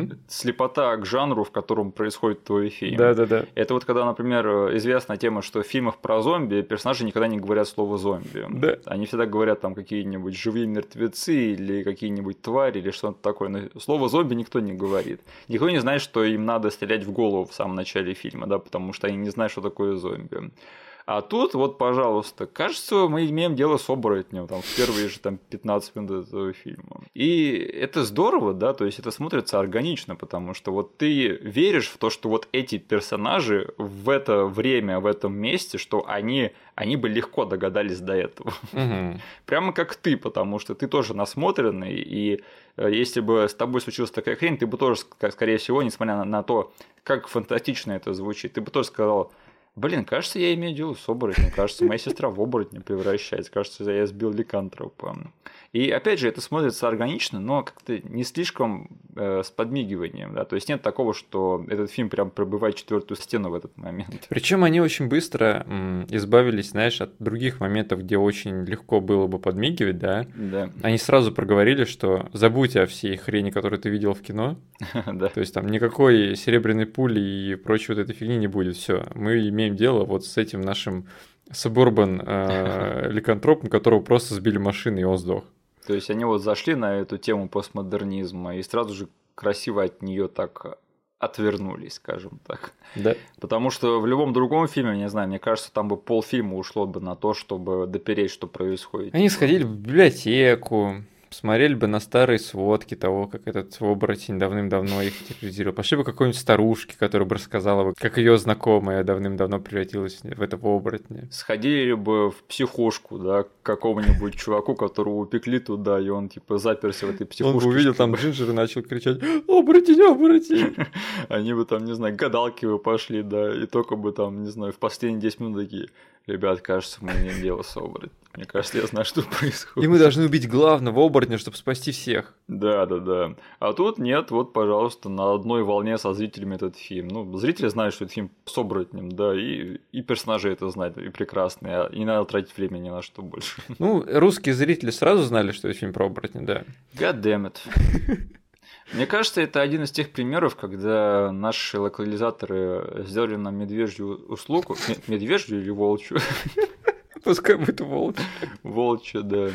Слепота к жанру, в котором происходит твой фильм. Да. Это вот когда, например, известная тема, что в фильмах про зомби персонажи никогда не говорят слово зомби. Да. Они всегда говорят там какие-нибудь живые мертвецы или какие-нибудь твари или что-то такое. Но слово зомби никто не говорит. Никто не знает, что им надо стрелять в голову в самом начале фильма, да, потому что они не знают, что такое зомби. А тут вот, пожалуйста, кажется, мы имеем дело с оборотнем там, в первые же там, 15 минут этого фильма. И это здорово, да, то есть это смотрится органично, потому что вот ты веришь в то, что вот эти персонажи в это время, в этом месте, что они бы легко догадались до этого. Прямо как ты, потому что ты тоже насмотренный, и если бы с тобой случилась такая хрень, ты бы тоже, скорее всего, несмотря на то, как фантастично это звучит, ты бы тоже сказал, блин, кажется, я имею дело с оборотнем, кажется, моя сестра в оборотня превращается, кажется, я сбил ликантропа. И опять же, это смотрится органично, но как-то не слишком с подмигиванием, да, то есть нет такого, что этот фильм прям пробивает четвертую стену в этот момент. Причем они очень быстро избавились, знаешь, от других моментов, где очень легко было бы подмигивать, да? Да. Они сразу проговорили, что забудь о всей хрени, которую ты видел в кино. Да. То есть там никакой серебряной пули и прочей вот этой фигни не будет. Все, мы имеем дело вот с этим нашим сабурбан ликантропом, которого просто сбили машины, и он сдох. То есть они вот зашли на эту тему постмодернизма и сразу же красиво от нее так отвернулись, скажем так. Да. Потому что в любом другом фильме, не знаю, мне кажется, там бы полфильма ушло бы на то, чтобы допереть, что происходит. Они сходили в библиотеку, смотрели бы на старые сводки того, как этот оборотень давным-давно их терроризировал. Пошли бы к какой-нибудь старушке, которая бы рассказала бы, как ее знакомая давным-давно превратилась в этого оборотня. Сходили бы в психушку, да, к какому-нибудь чуваку, которого упекли туда, и он типа заперся в этой психушке. Он бы увидел там Джинджер и начал кричать «Оборотень, оборотень!» Они бы там, не знаю, гадалки бы пошли, да, и только бы там, не знаю, в последние 10 минут такие: ребят, кажется, мы имеем дело с оборотнем. Мне кажется, я знаю, что происходит. И мы должны убить главного оборотня, чтобы спасти всех. Да. А тут нет, вот, пожалуйста, на одной волне со зрителями этот фильм. Ну, зрители знают, что это фильм с оборотнем, да, и персонажи это знают, и прекрасные. И не надо тратить время ни на что больше. Ну, русские зрители сразу знали, что это фильм про оборотня, да. God damn it. Мне кажется, это один из тех примеров, когда наши локализаторы сделали нам медвежью услугу. Медвежью или волчью? Пускай будет волчья. Волчья, да.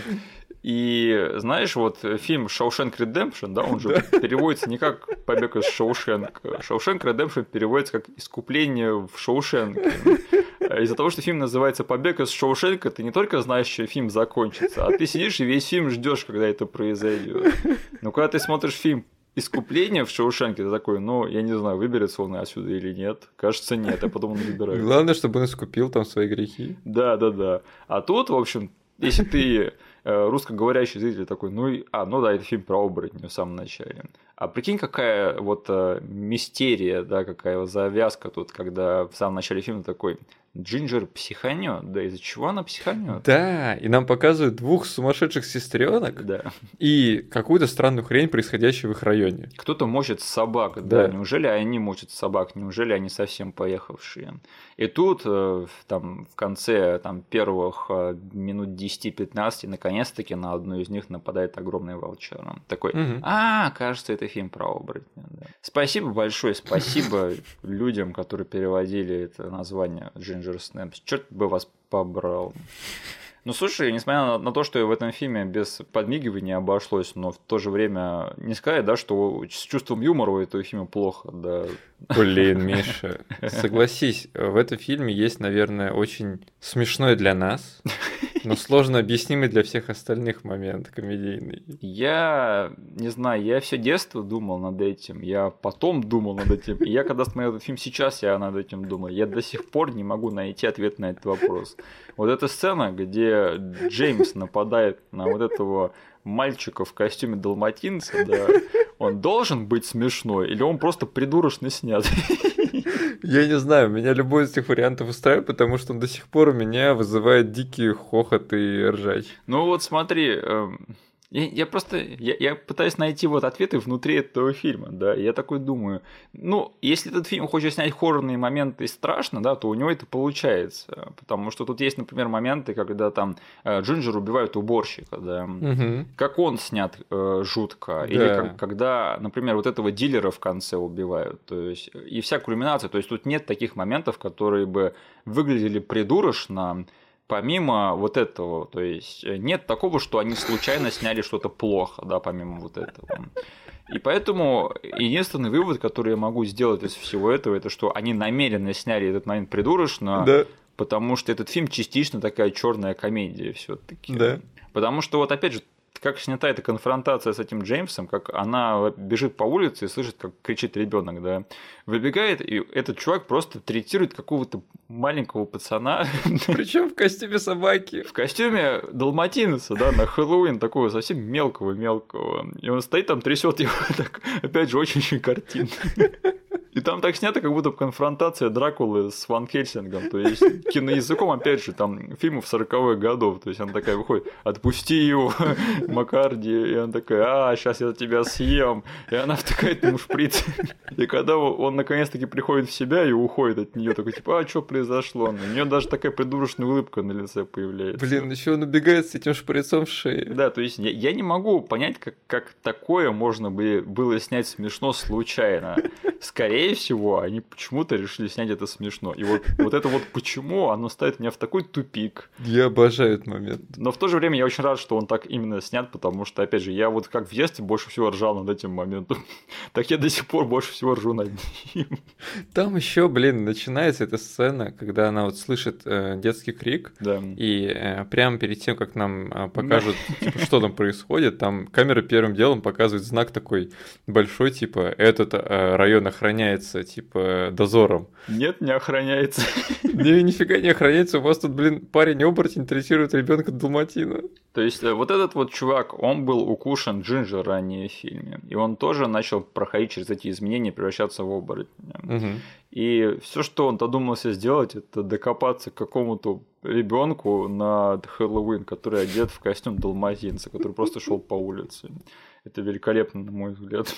И знаешь, вот фильм «Шоушенк Редемпшн», да, он же переводится не как «Побег из Шоушенка». «Шоушенк Редемпшн» переводится как «Искупление в Шоушенке». Из-за того, что фильм называется «Побег из Шоушенка», ты не только знаешь, что фильм закончится, а ты сидишь и весь фильм ждешь, когда это произойдет. Но когда ты смотришь фильм «Искупление в Шоушенке», ты такой, ну, я не знаю, выберется он отсюда или нет. Кажется, нет, а потом он выбирает. Главное, чтобы он искупил там свои грехи. Да. А тут, в общем, если ты русскоговорящий зритель такой, ну да, это фильм про оборотня в самом начале. А прикинь, какая вот мистерия, да, какая вот завязка тут, когда в самом начале фильма такой: Джинджер психанет, да, из-за чего она психанет? Да, и нам показывают двух сумасшедших сестренок, да, и какую-то странную хрень, происходящую в их районе. Кто-то мочит собак, да. Неужели они мочат собак? Неужели они совсем поехавшие? И тут там в конце там, первых минут 10-15 наконец-таки на одну из них нападает огромный волчара. Такой: кажется, это фильм про оборотня. Да. Спасибо большое, спасибо людям, которые переводили это название Ginger Snaps. Черт бы вас побрал. Ну, слушай, несмотря на то, что в этом фильме без подмигивания обошлось, но в то же время не сказать, да, что с чувством юмора у этого фильма плохо, да. Блин, Миша, согласись, в этом фильме есть, наверное, очень смешной для нас, но сложно объяснимый для всех остальных момент комедийный. Я не знаю, я все детство думал над этим, я потом думал над этим, и я когда смотрел этот фильм сейчас, я над этим думаю. Я до сих пор не могу найти ответ на этот вопрос. Вот эта сцена, где Джеймс нападает на вот этого мальчика в костюме далматинца, да, он должен быть смешной, или он просто придурочно снят? Я не знаю, меня любой из этих вариантов устраивает, потому что он до сих пор у меня вызывает дикий хохот и ржач. Ну вот смотри, я пытаюсь найти вот ответы внутри этого фильма, да, и я такой думаю, ну, если этот фильм хочет снять хоррорные моменты и страшно, да, то у него это получается, потому что тут есть, например, моменты, когда там Джинджер убивают уборщика, да, как он снят жутко, или когда, например, вот этого дилера в конце убивают, то есть, и вся кульминация, то есть тут нет таких моментов, которые бы выглядели придурочно, помимо вот этого, то есть нет такого, что они случайно сняли что-то плохо, да, помимо вот этого. И поэтому единственный вывод, который я могу сделать из всего этого, это что они намеренно сняли этот момент придурочно, да. Потому что этот фильм частично такая черная комедия все-таки. Да. Потому что вот опять же, как снята эта конфронтация с этим Джеймсом, как она бежит по улице и слышит, как кричит ребенок, да, выбегает, и этот чувак просто третирует какого-то маленького пацана. Причем в костюме собаки. В костюме далматинца, да, на Хэллоуин, такого совсем мелкого. И он стоит там, трясет его, так, опять же, очень-очень картинно. И там так снято, как будто конфронтация Дракулы с Ван Хельсингом. То есть киноязыком, опять же, там фильмов 40-х годов. То есть она такая выходит: отпусти его, Маккарди. И она такая: сейчас я тебя съем. И она втыкает ему шприц. И когда он наконец-таки приходит в себя и уходит от нее, такой типа: что произошло? У нее даже такая придурочная улыбка на лице появляется. Блин, еще он убегает с этим шприцом в шее. Да, то есть я не могу понять, как такое можно было снять смешно случайно. Скорее всего, они почему-то решили снять это смешно. И вот это вот почему, оно ставит меня в такой тупик. Я обожаю этот момент. Но в то же время я очень рад, что он так именно снят, потому что, опять же, я вот как в детстве больше всего ржал над этим моментом, так я до сих пор больше всего ржу над ним. Там еще, блин, начинается эта сцена, когда она вот слышит детский крик, да. И прямо перед тем, как нам покажут, типа, что там происходит, там камера первым делом показывает знак такой большой, типа, этот район охраняется, типа, дозором. Нет, не охраняется. Да нифига не охраняется, у вас тут, блин, парень-оборотень третирует ребенка далматина. То есть вот этот вот чувак, он был укушен Джинджер ранее в фильме, и он тоже начал проходить через эти изменения, превращаться в оборотня. Угу. И все, что он додумался сделать, это докопаться к какому-то ребенку на Хэллоуин, который одет в костюм далматинца, который просто шел по улице. Это великолепно, на мой взгляд.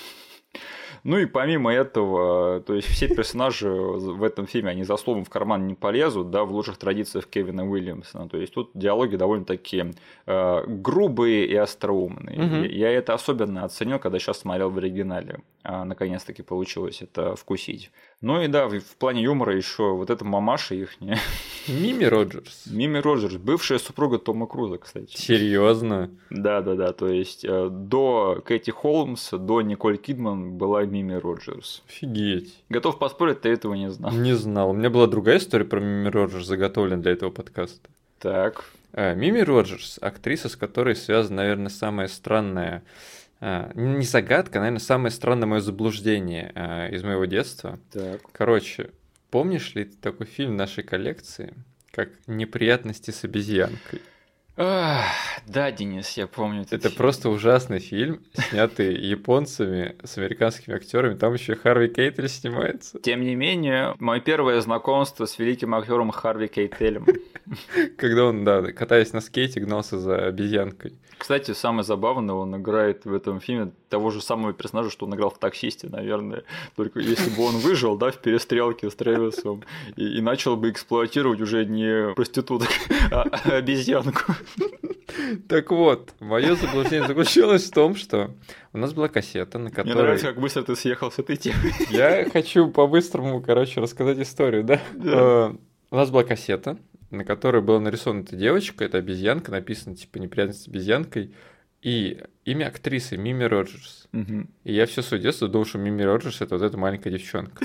Ну и помимо этого, то есть все персонажи в этом фильме, они за словом в карман не полезут, да, в лучших традициях Кевина Уильямсона. То есть тут диалоги довольно-таки грубые и остроумные. Угу. Я это особенно оценил, когда сейчас смотрел в оригинале. Наконец-таки получилось это вкусить. Ну и да, в плане юмора еще вот эта мамаша ихняя. Мими Роджерс. Мими Роджерс, бывшая супруга Тома Круза, кстати. Серьезно? Да, то есть до Кэти Холмс, до Николь Кидман была Мими Роджерс. Офигеть. Готов поспорить, ты этого не знал. Не знал. У меня была другая история про Мими Роджерс, заготовлена для этого подкаста. Так. Мими Роджерс, актриса, с которой связана, наверное, самая странная... Не загадка, наверное, самое странное мое заблуждение из моего детства. Так. Короче, помнишь ли ты такой фильм нашей коллекции, как «Неприятности с обезьянкой»? Да, Денис, я помню. Это просто ужасный фильм, снятый японцами с американскими актерами. Там еще Харви Кейтель снимается. Тем не менее, мое первое знакомство с великим актером Харви Кейтелем. Когда он, да, катаясь на скейте, гнался за обезьянкой. Кстати, самое забавное, он играет в этом фильме того же самого персонажа, что он играл в «Таксисте», наверное. Только если бы он выжил, да, в перестрелке с Трэвисом и начал бы эксплуатировать уже не проституток, а обезьянку. Так вот, мое заблуждение заключалось в том, что у нас была кассета, на которой... Мне нравится, как быстро ты съехал с этой темы. Я хочу по-быстрому, рассказать историю, да? У нас была кассета, на которой была нарисована эта девочка, эта обезьянка, написано типа «Неприятность с обезьянкой», и имя актрисы Мими Роджерс. И я все свое детство думал, что Мими Роджерс — это вот эта маленькая девчонка.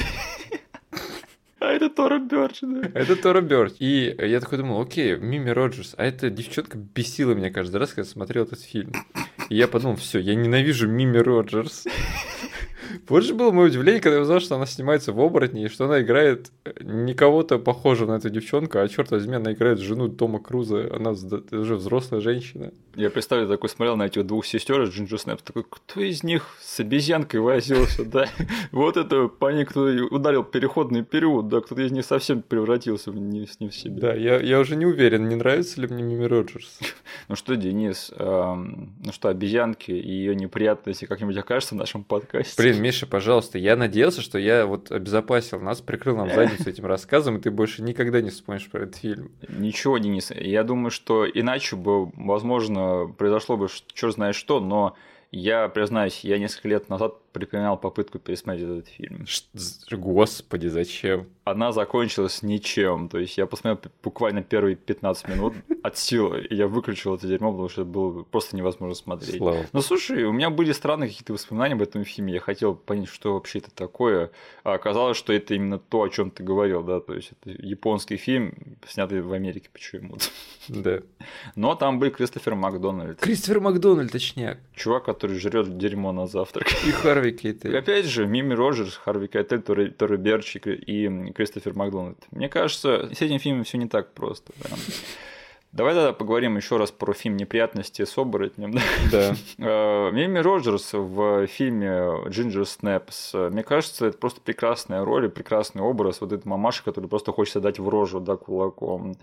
А это Тора Бёрч, да? Это Тора Бёрч. И я такой думал, окей, Мими Роджерс, а эта девчонка бесила меня каждый раз, когда смотрел этот фильм. И я подумал, все, я ненавижу Мими Роджерс. Позже было мое удивление, когда я узнал, что она снимается в «Оборотне», и что она играет не кого-то похожего на эту девчонку, а, черт возьми, она играет жену Тома Круза, она уже взрослая женщина. Я представляю, такой смотрел на этих двух сестер из Джинджер Снэпс, такой, кто из них с обезьянкой возился, да? Вот это парень, кто ударил переходный период, да, кто-то из них совсем превратился не в себя. Да, я уже не уверен, не нравится ли мне Мими Роджерс. Ну что, Денис, обезьянки и ее неприятности как-нибудь окажутся в нашем подкасте? Блин, Миша, пожалуйста, я надеялся, что я вот обезопасил нас, прикрыл нам задницу этим рассказом, и ты больше никогда не вспомнишь про этот фильм. Ничего, Денис, я думаю, что иначе бы, возможно, произошло бы черт знает что, но я, признаюсь, я несколько лет назад предпринял попытку пересмотреть этот фильм. Господи, зачем? Она закончилась ничем. То есть я посмотрел буквально первые 15 минут от силы, и я выключил это дерьмо, потому что это было просто невозможно смотреть. Слава. Ну слушай, у меня были странные какие-то воспоминания об этом фильме. Я хотел понять, что вообще это такое. А оказалось, что это именно то, о чем ты говорил, да. То есть это японский фильм, снятый в Америке почему-то. Да. Но там был Кристофер Макдональд. Кристофер Макдональд, точняк. Чувак, который жрет дерьмо на завтрак. И Харви Кейтель. Опять же, Мими Роджерс, Харви Кейтель, Тора Бёрч и Кристофер Макдональд. Мне кажется, с этим фильмом все не так просто. Да. Давай тогда поговорим еще раз про фильм «Неприятности с оборотнем». Да. Мими Роджерс в фильме «Джинджер Снэпс», мне кажется, это просто прекрасная роль и прекрасный образ. Вот этой мамаши, которой просто хочется дать в рожу, да, кулаком.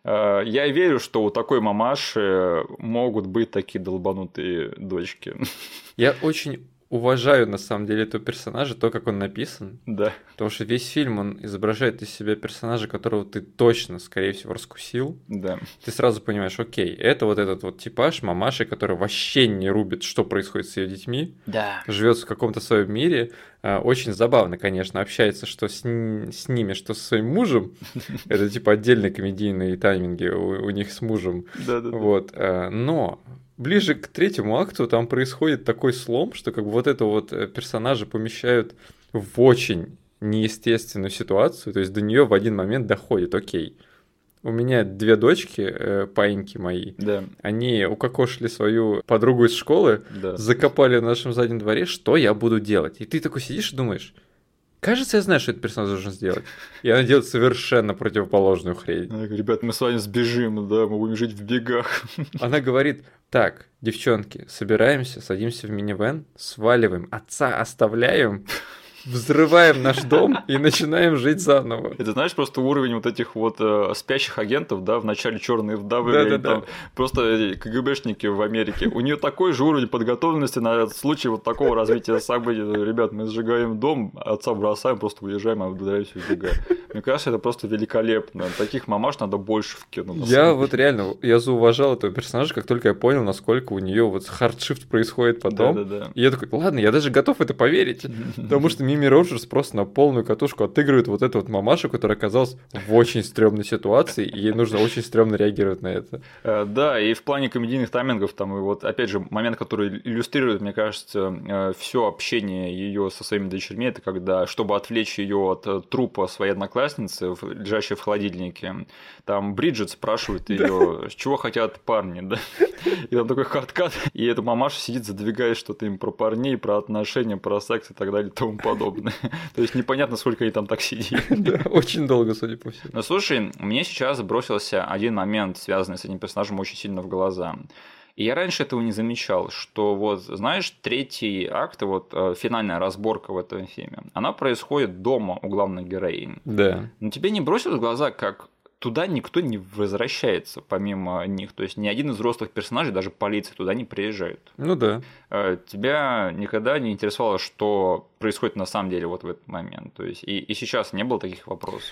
Я верю, что у такой мамаши могут быть такие долбанутые дочки. Я очень уважаю, на самом деле, этого персонажа, то, как он написан. Да. Потому что весь фильм, он изображает из себя персонажа, которого ты точно, скорее всего, раскусил. Да. Ты сразу понимаешь, окей, это вот этот вот типаж мамаши, которая вообще не рубит, что происходит с ее детьми. Да. Живет в каком-то своем мире. Очень забавно, конечно, общается что с ними, что со своим мужем. Это типа отдельные комедийные тайминги у них с мужем. Да. Вот. Но ближе к третьему акту там происходит такой слом, что как бы вот этого вот персонажа помещают в очень неестественную ситуацию, то есть до нее в один момент доходит, окей, у меня две дочки, паиньки мои, да. Они укокошили свою подругу из школы, да. закопали в нашем заднем дворе, что я буду делать? И ты такой сидишь и думаешь, кажется, я знаю, что этот персонаж должен сделать. И она делает совершенно противоположную хрень. Она говорит, ребят, мы с вами сбежим, да, мы будем жить в бегах. Она говорит, так, девчонки, собираемся, садимся в минивэн, сваливаем, отца оставляем, взрываем наш дом и начинаем жить заново. Это, знаешь, просто уровень вот этих вот спящих агентов, да, в начале «Черные вдовы», да. Просто КГБшники в Америке. У нее такой же уровень подготовленности на случай вот такого развития событий. Ребят, мы сжигаем дом, отца бросаем, просто уезжаем, а удаляемся в бега. Мне кажется, это просто великолепно. Таких мамаш надо больше в кино. Я вот реально, я зауважал этого персонажа, как только я понял, насколько у нее вот хардшифт происходит потом. Да. И я такой, ладно, я даже готов это поверить, потому что Мими Роджерс просто на полную катушку отыгрывает вот эту вот мамашу, которая оказалась в очень стрёмной ситуации, и ей нужно очень стрёмно реагировать на это. Да, и в плане комедийных таймингов, там, и вот, опять же, момент, который иллюстрирует, мне кажется, все общение ее со своими дочерьми, это когда, чтобы отвлечь ее от трупа своей одноклассницы, лежащей в холодильнике, там Бриджит спрашивает ее, с чего хотят парни, да? И там такой хардкат, и эта мамаша сидит, задвигает что-то им про парней, про отношения, про секс и так далее и тому подобное. То есть непонятно, сколько они там так сидели. Да, очень долго, судя по всему. Но слушай, мне сейчас бросился один момент, связанный с этим персонажем, очень сильно в глаза. И я раньше этого не замечал, что вот, знаешь, третий акт, вот финальная разборка в этом фильме, она происходит дома у главной героини. Да. Но тебе не бросилось в глаза, как туда никто не возвращается помимо них. То есть ни один из взрослых персонажей, даже полиция, туда не приезжает. Ну да. Тебя никогда не интересовало, что происходит на самом деле вот в этот момент? То есть и сейчас не было таких вопросов?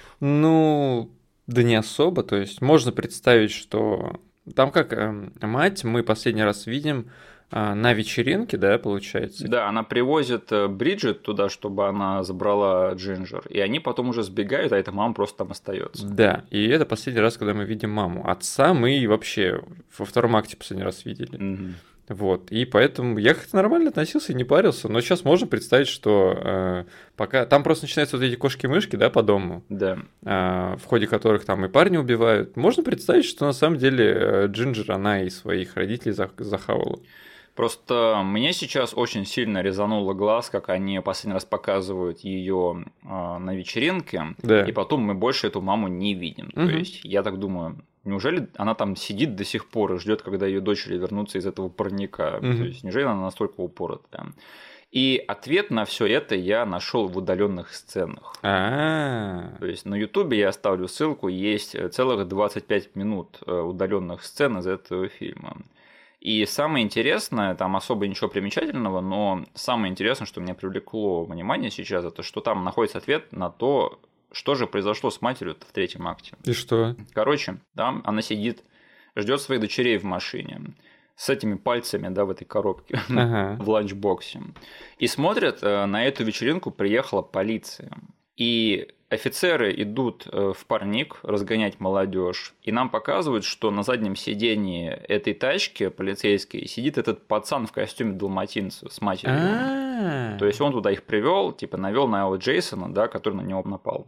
Ну, да не особо. То есть можно представить, что там как мать мы последний раз видим на вечеринке, да, получается? Да, она привозит Бриджит туда, чтобы она забрала Джинджер, и они потом уже сбегают, а эта мама просто там остается. Да, и это последний раз, когда мы видим маму. Отца мы вообще во втором акте последний раз видели. Мгм. Вот, и поэтому я как-то нормально относился и не парился, но сейчас можно представить, что пока... Там просто начинаются вот эти кошки-мышки, да, по дому, Да. в ходе которых там и парни убивают. Можно представить, что на самом деле Джинджер, она и своих родителей захавала. Просто мне сейчас очень сильно резануло глаз, как они последний раз показывают ее на вечеринке, Да. и потом мы больше эту маму не видим. То Мгм. есть я так думаю, неужели она там сидит до сих пор и ждет, когда ее дочери вернутся из этого парника? Мгм. То есть неужели она настолько упоротая? И ответ на все это я нашел в удаленных сценах. А, То есть на Ютубе я оставлю ссылку, есть целых 25 минут удаленных сцен из этого фильма. И самое интересное, там особо ничего примечательного, но самое интересное, что меня привлекло внимание сейчас, это что там находится ответ на то, что же произошло с матерью в третьем акте. и что? Короче, там она сидит, ждет своих дочерей в машине с этими пальцами, да, в этой коробке, Ага. в ланчбоксе. И смотрят, на эту вечеринку приехала полиция. И офицеры идут в парник разгонять молодежь, и нам показывают, что на заднем сидении этой тачки полицейской сидит этот пацан в костюме далматинца с матерью. А, То есть он туда их привел, типа навел на его Джейсона, да, который на него напал.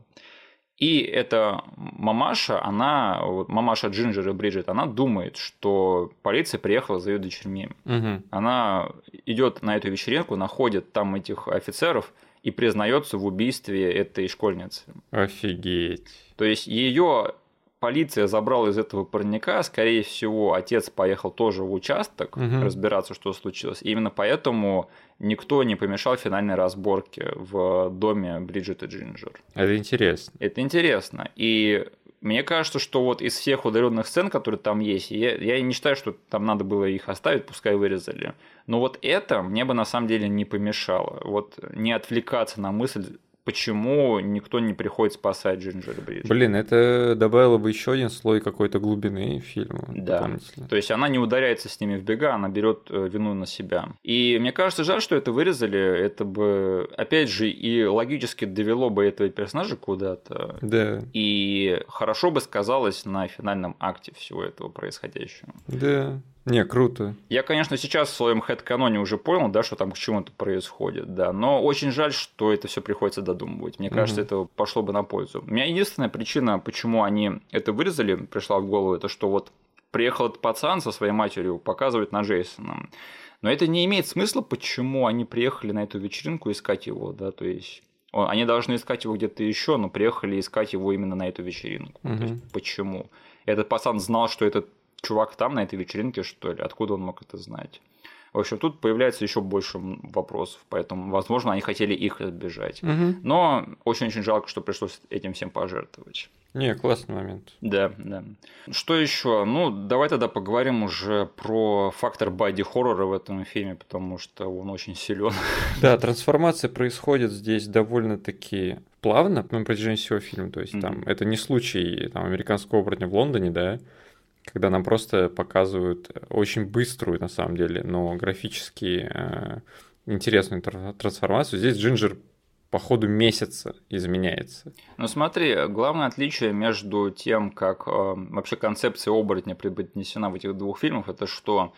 И эта мамаша, мамаша Джинджер и Бриджит, она думает, что полиция приехала за ее дочерьми. мгм. Она идет на эту вечеринку, находит там этих офицеров и признается в убийстве этой школьницы. Офигеть. То есть ее полиция забрала из этого парника, скорее всего, отец поехал тоже в участок Мгм. разбираться, что случилось. И именно поэтому никто не помешал финальной разборке в доме Бриджит и Джинджер. Это интересно. Это интересно. И мне кажется, что вот из всех удаленных сцен, которые там есть, я не считаю, что там надо было их оставить, пускай вырезали. Но вот это мне бы на самом деле не помешало. Вот не отвлекаться на мысль, почему никто не приходит спасать Джинджер и Бриджит. Блин, это добавило бы еще один слой какой-то глубины фильму Да. дополнительно. То есть она не ударяется с ними в бега, она берет вину на себя. И мне кажется, жаль, что это вырезали. Это бы, опять же, и логически довело бы этого персонажа куда-то. Да, И хорошо бы сказалось на финальном акте всего этого происходящего. да. Не, круто. Я, конечно, сейчас в своем хэдканоне уже понял, да, что там к чему это происходит, да, но очень жаль, что это все приходится додумывать. Мне кажется, это пошло бы на пользу. У меня единственная причина, почему они это вырезали, пришла в голову, это что вот приехал этот пацан со своей матерью показывать на Джейсона. Но это не имеет смысла, почему они приехали на эту вечеринку искать его, да, то есть они должны искать его где-то еще, но приехали искать его именно на эту вечеринку. То есть, почему? Этот пацан знал, что этот чувак там на этой вечеринке, что ли? Откуда он мог это знать? В общем, тут появляется еще больше вопросов, поэтому, возможно, они хотели их избежать. Но очень-очень жалко, что пришлось этим всем пожертвовать. Не, классный момент. Да, да. Что еще? Ну, давай тогда поговорим уже про фактор боди-хоррора в этом фильме, потому что он очень силен. Да, трансформация происходит здесь довольно-таки плавно на протяжении всего фильма. То есть там это не случай там, американского оборотня в Лондоне, да, когда нам просто показывают очень быструю, на самом деле, но графически интересную трансформацию. Здесь Джинджер по ходу месяца изменяется. Ну смотри, главное отличие между тем, как вообще концепция оборотня преподнесена в этих двух фильмах, это что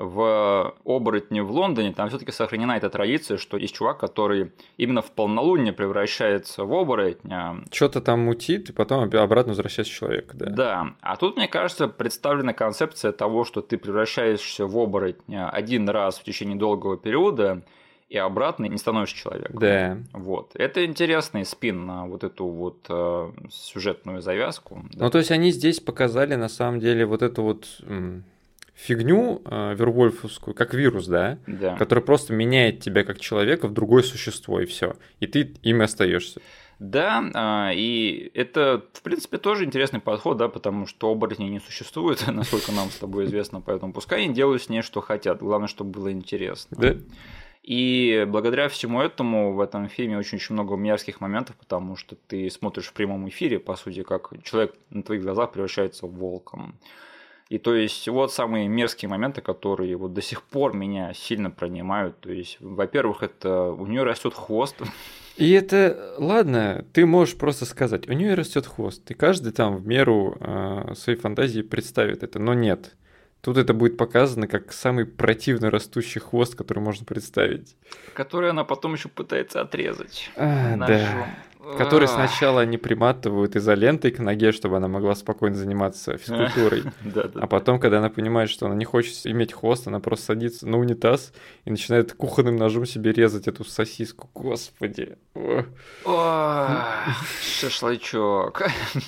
в «Оборотне в Лондоне» там все-таки сохранена эта традиция, что есть чувак, который именно в полнолуние превращается в оборотня. Что-то там мутит, и потом обратно возвращается человек. Да. Да, а тут, мне кажется, представлена концепция того, что ты превращаешься в оборотня один раз в течение долгого периода, и обратно не становишься человеком. Да. Вот. Это интересный спин на вот эту вот сюжетную завязку. Ну, то есть они здесь показали, на самом деле, вот эту вот фигню вервольфовскую, как вирус, да? Да. Который просто меняет тебя как человека в другое существо, и все. И ты им остаешься. Да, и это, в принципе, тоже интересный подход, да, потому что оборотней не существует, насколько нам с тобой известно, поэтому пускай они делают с ней, что хотят, главное, чтобы было интересно. Да. И благодаря всему этому в этом фильме очень-очень много мерзких моментов, потому что ты смотришь в прямом эфире, по сути, как человек на твоих глазах превращается в волком. И то есть вот самые мерзкие моменты, которые вот до сих пор меня сильно пронимают. То есть, во-первых, это у нее растет хвост. И это, ладно, ты можешь просто сказать, у нее растет хвост, и каждый там в меру своей фантазии представит это, но нет. Тут это будет показано как самый противно растущий хвост, который можно представить. Который она потом еще пытается отрезать Да. ножом. Который сначала они приматывают изолентой к ноге, чтобы она могла спокойно заниматься физкультурой. А потом, когда она понимает, что она не хочет иметь хвост, она просто садится на унитаз и начинает кухонным ножом себе резать эту сосиску. Господи. Шашлычок.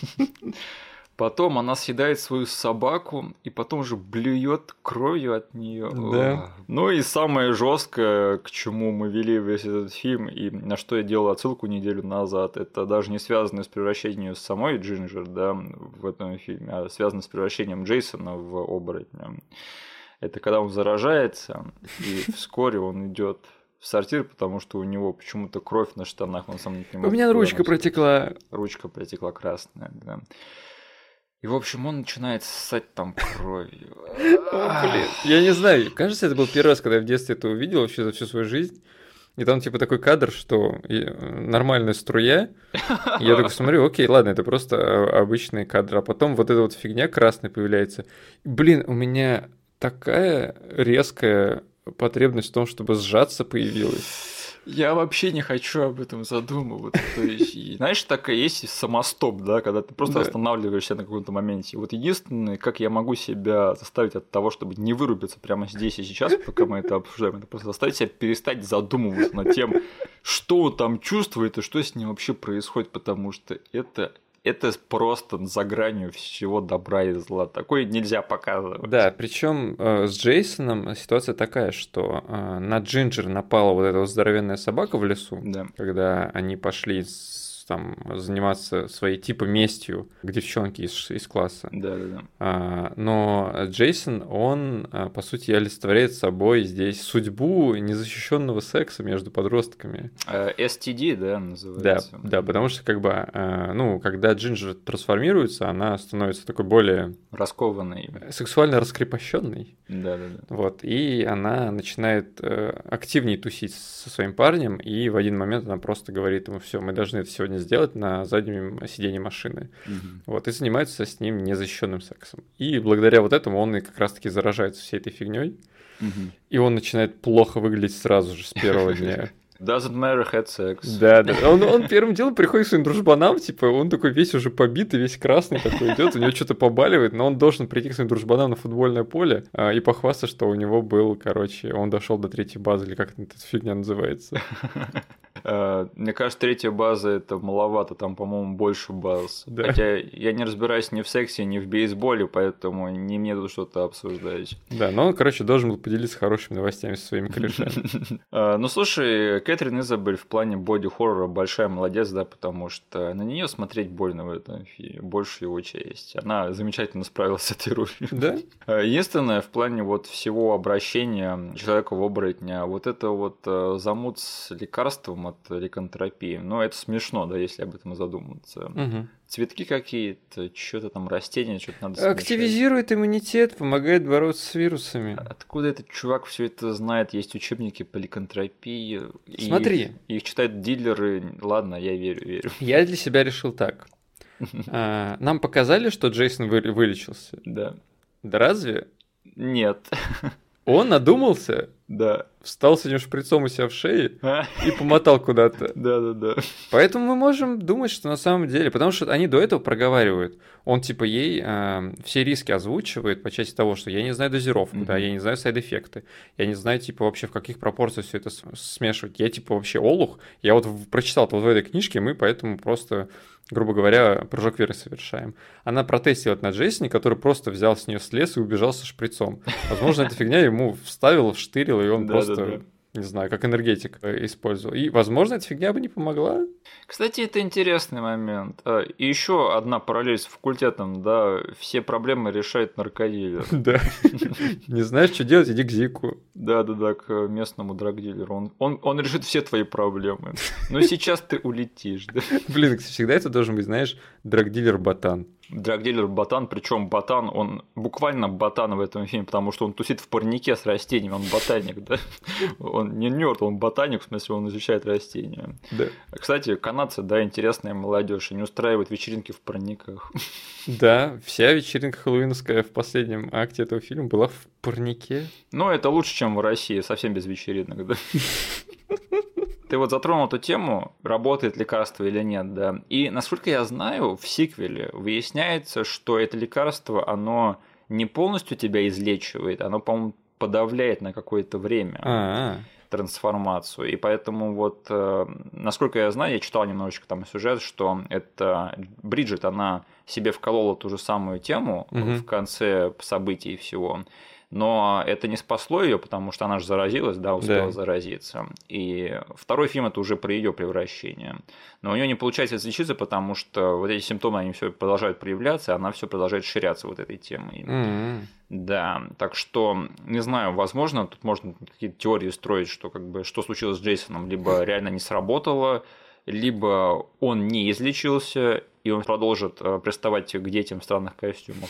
Потом она съедает свою собаку и потом уже блюет кровью от нее. Да. Ну и самое жесткое, к чему мы вели весь этот фильм, и на что я делал отсылку неделю назад, это даже не связано с превращением самой Джинджер, да, в этом фильме, а связано с превращением Джейсона в оборотня. Это когда он заражается, и вскоре он идет в сортир, потому что у него почему-то кровь на штанах, он сам не понимает. У меня ручка протекла. Ручка протекла красная, да. И, в общем, он начинает ссать там кровью. Блин, я не знаю, кажется, это был первый раз, когда я в детстве это увидел вообще за всю свою жизнь. И там типа такой кадр, что нормальная струя. И я такой смотрю, окей, ладно, это просто обычный кадр. А потом вот эта вот фигня красная появляется. Блин, у меня такая резкая потребность в том, чтобы сжаться, появилась. Я вообще не хочу об этом задумываться. То есть, знаешь, так и есть самостоп, да, когда ты просто останавливаешься на каком-то моменте. Вот единственное, как я могу себя заставить от того, чтобы не вырубиться прямо здесь и сейчас, пока мы это обсуждаем, это просто заставить себя перестать задумываться над тем, что он там чувствует и что с ним вообще происходит, потому что это просто за гранью всего добра и зла. Такое нельзя показывать. Да, причем с Джейсоном ситуация такая, что на Джинджер напала вот эта вот здоровенная собака в лесу, когда они пошли там заниматься своей типа местью к девчонке из класса. Но Джейсон, он, по сути, олицетворяет собой здесь судьбу незащищенного секса между подростками. STD, да, называется. Да, потому что, как бы, ну, когда Джинджер трансформируется, она становится такой более... раскованной. Сексуально раскрепощенной. Да. Вот, и она начинает активнее тусить со своим парнем, и в один момент она просто говорит ему: все, мы должны это сегодня сделать на заднем сиденье машины. Вот, и занимается с ним незащищенным сексом. И благодаря вот этому он и как раз-таки заражается всей этой фигней. И он начинает плохо выглядеть сразу же с первого дня. Doesn't matter, had sex. Да. Он первым делом приходит к своим дружбанам, типа, он такой весь уже побитый, весь красный такой идет, у него что-то побаливает, но он должен прийти к своим дружбанам на футбольное поле и похвастаться, что у него был, короче, он дошел до 3-й базы, или как эта фигня называется. Мне кажется, 3-я база это маловато, там, по-моему, больше баз. Да. Хотя я не разбираюсь ни в сексе, ни в бейсболе, поэтому не мне тут что-то обсуждать. Да, но он, короче, должен был поделиться хорошими новостями со своими корешами. Ну, слушай, Кэтрин Изабель в плане боди-хоррора большая молодец, да, потому что на нее смотреть больно в этом фильме, больше его честь. Она замечательно справилась с этой ролью. Да? Единственное, в плане вот всего обращения человека в оборотня, вот это вот замут с лекарством от ликантропии, ну, это смешно, да, если об этом задуматься. Цветки какие-то, что-то там, растения, что-то надо смешать. Активизирует иммунитет, помогает бороться с вирусами. Откуда этот чувак все это знает? Есть учебники по ликантропии. Смотри. Их читают дилеры. Ладно, я верю. Я для себя решил так. Нам показали, что Джейсон вылечился? Да. Да разве? Нет. Он надумался? Да. Встал с этим шприцом у себя в шее и помотал куда-то. Да. Поэтому мы можем думать, что на самом деле... Потому что они до этого проговаривают. Он типа ей все риски озвучивает по части того, что я не знаю дозировку, да, я не знаю сайд-эффекты, я не знаю типа вообще в каких пропорциях все это смешивать. Я типа вообще олух. Я вот прочитал вот в этой книжке, мы поэтому просто, грубо говоря, прыжок веры совершаем. Она протестила это на Джейсоне, который просто взял с нее слез и убежал со шприцом. Возможно, эта фигня ему вставила, вштырила, и он просто... Не знаю, как энергетик использовал. И, возможно, эта фигня бы не помогла. Кстати, это интересный момент. И еще одна параллель с факультетом, да, все проблемы решает наркодилер. Да. Не знаешь, что делать, иди к Зику. Да, к местному драгдилеру. Он решит все твои проблемы. Но сейчас ты улетишь, да. Блин, всегда это должен быть, знаешь, драгдилер-ботан. Драгдилер ботан, причем ботан, он буквально ботан в этом фильме, потому что он тусит в парнике с растениями, он ботаник, да? Он не нёрд, он ботаник, в смысле, он изучает растения. Да. Кстати, канадцы, да, интересная молодежь, они устраивают вечеринки в парниках. Да, вся вечеринка хэллоуинская в последнем акте этого фильма была в парнике. Но это лучше, чем в России, совсем без вечеринок, да? Ты вот затронул эту тему, работает лекарство или нет, да. И, насколько я знаю, в сиквеле выясняется, что это лекарство, оно не полностью тебя излечивает, оно, по-моему, подавляет на какое-то время трансформацию. И поэтому вот, насколько я знаю, я читал немножечко там сюжет, что это Бриджит, она себе вколола ту же самую тему в конце событий всего. Но это не спасло ее, потому что она же заразилась, да, успела заразиться. И второй фильм это уже про ее превращение. Но у нее не получается излечиться, потому что вот эти симптомы, они все продолжают проявляться, и она все продолжает ширяться вот этой темой. Да, так что, не знаю, возможно, тут можно какие-то теории строить, что как бы что случилось с Джейсоном, либо реально не сработало, либо он не излечился, и он продолжит приставать к детям в странных костюмах.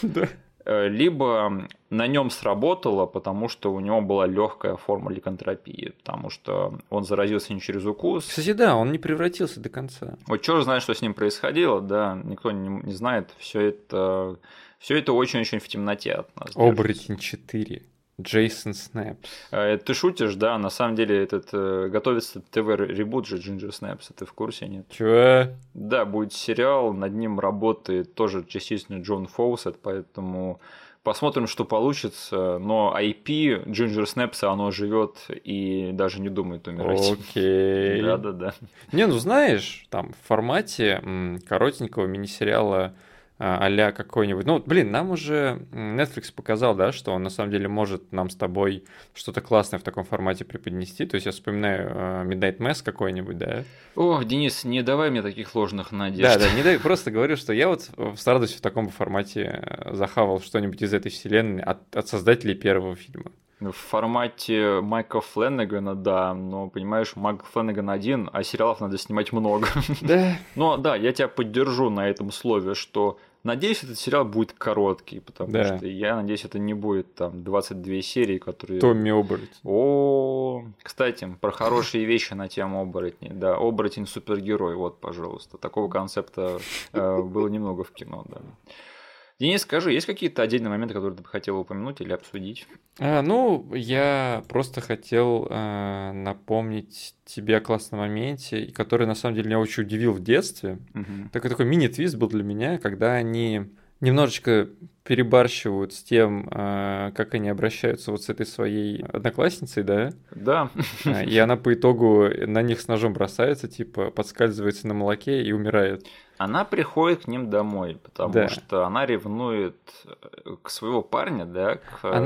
Либо на нем сработало, потому что у него была легкая форма ликантропии, потому что он заразился не через укус. Кстати, да, он не превратился до конца. Вот черт знает, что с ним происходило, да, никто не знает. Все это очень-очень в темноте от нас. Оборотень 4. Джейсон Снэпс. Ты шутишь, да? На самом деле готовится ТВ-ребут же Ginger Snaps, ты в курсе, нет? Чего? Да, будет сериал, над ним работает тоже частично Джон Фоусет, поэтому посмотрим, что получится. Но IP Ginger Snaps, оно живет и даже не думает умирать. Окей. Да. Не, ну знаешь, там в формате коротенького мини-сериала а-ля какой-нибудь. Ну, блин, нам уже Netflix показал, да, что он на самом деле может нам с тобой что-то классное в таком формате преподнести. То есть я вспоминаю Midnight Mass какой-нибудь, да. О, Денис, не давай мне таких ложных надежд. Да, не дай, просто говорю, что я вот с радостью в таком формате захавал что-нибудь из этой вселенной от создателей первого фильма. В формате Майка Флэнегана, да, но, понимаешь, Майк Флэнеган один, а сериалов надо снимать много. Да. Но да, я тебя поддержу на этом слове, что надеюсь, этот сериал будет короткий, потому что я надеюсь, это не будет там 22 серии, которые... Томми Оборотень. Кстати, про хорошие вещи на тему оборотней. Да, оборотень супергерой, вот, пожалуйста. Такого концепта было немного в кино, да. Денис, скажи, есть какие-то отдельные моменты, которые ты бы хотел упомянуть или обсудить? Ну, я просто хотел напомнить тебе о классном моменте, который на самом деле меня очень удивил в детстве. Такой мини-твист был для меня, когда они немножечко перебарщивают с тем, как они обращаются вот с этой своей одноклассницей, да? Да. И она по итогу на них с ножом бросается, типа подскальзывается на молоке и умирает. Она приходит к ним домой, потому что она ревнует к своего парня, да,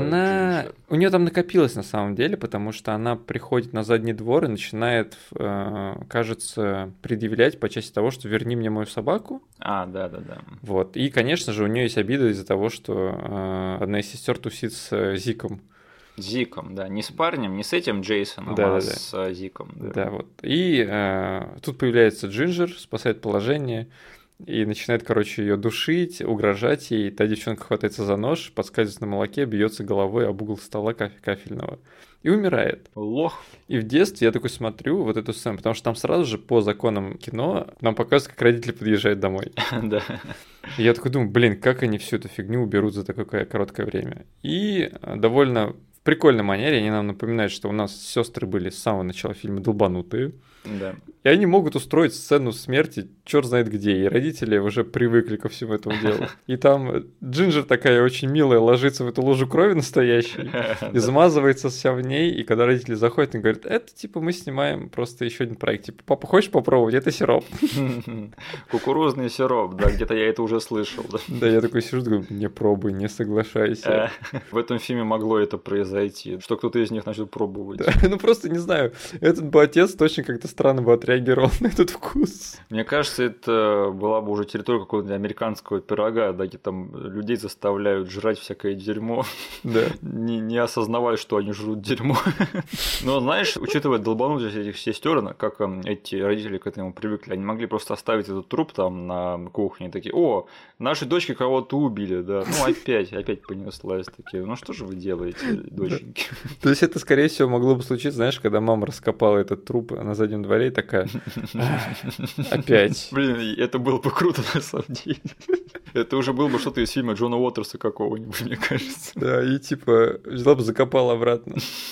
у нее там накопилось на самом деле, потому что она приходит на задний двор и начинает, кажется, предъявлять по части того, что верни мне мою собаку. Да. Вот. И, конечно же, у нее есть обида из-за того, что одна из сестер тусит с Зиком. Зиком, да, не с парнем, не с этим Джейсоном, а с Зиком. Да, вот. И тут появляется Джинджер, спасает положение и начинает, короче, ее душить, угрожать ей. Та девчонка хватается за нож, подскальзывается на молоке, бьется головой об угол стола кафельного и умирает. Лох. И в детстве я такой смотрю вот эту сцену, потому что там сразу же по законам кино нам показывают, как родители подъезжают домой. Да. И я такой думаю, блин, как они всю эту фигню уберут за такое короткое время. И довольно в прикольной манере они нам напоминают, что у нас сестры были с самого начала фильма долбанутые. Да. И они могут устроить сцену смерти черт знает где, и родители уже привыкли ко всему этому делу. И там Джинджер такая очень милая ложится в эту лужу крови настоящей, измазывается вся в ней, и когда родители заходят, они говорят, это типа мы снимаем просто еще один проект, типа папа, хочешь попробовать? Это сироп. Кукурузный сироп, да, где-то я это уже слышал. Да, я такой сижу, говорю, не пробуй, не соглашайся. В этом фильме могло это произойти, что кто-то из них начал пробовать. Ну просто не знаю, этот бы отец точно как-то странно бы отреагировал на этот вкус. Мне кажется, это была бы уже территория какого-то американского пирога, да, где там людей заставляют жрать всякое дерьмо, Да. не осознавая, что они жрут дерьмо. Но, знаешь, учитывая долбанутость этих сестер, как эти родители к этому привыкли, они могли просто оставить этот труп там на кухне, такие: о, наши дочки кого-то убили, да, ну опять понеслась, такие: ну что же вы делаете, доченьки? То есть это, скорее всего, могло бы случиться, знаешь, когда мама раскопала этот труп на заднем дворе и такая: опять. Блин, это было бы круто на самом деле. Это уже было бы что-то из фильма Джона Уотерса какого-нибудь, мне кажется. Да, и типа взяла бы, закопала обратно.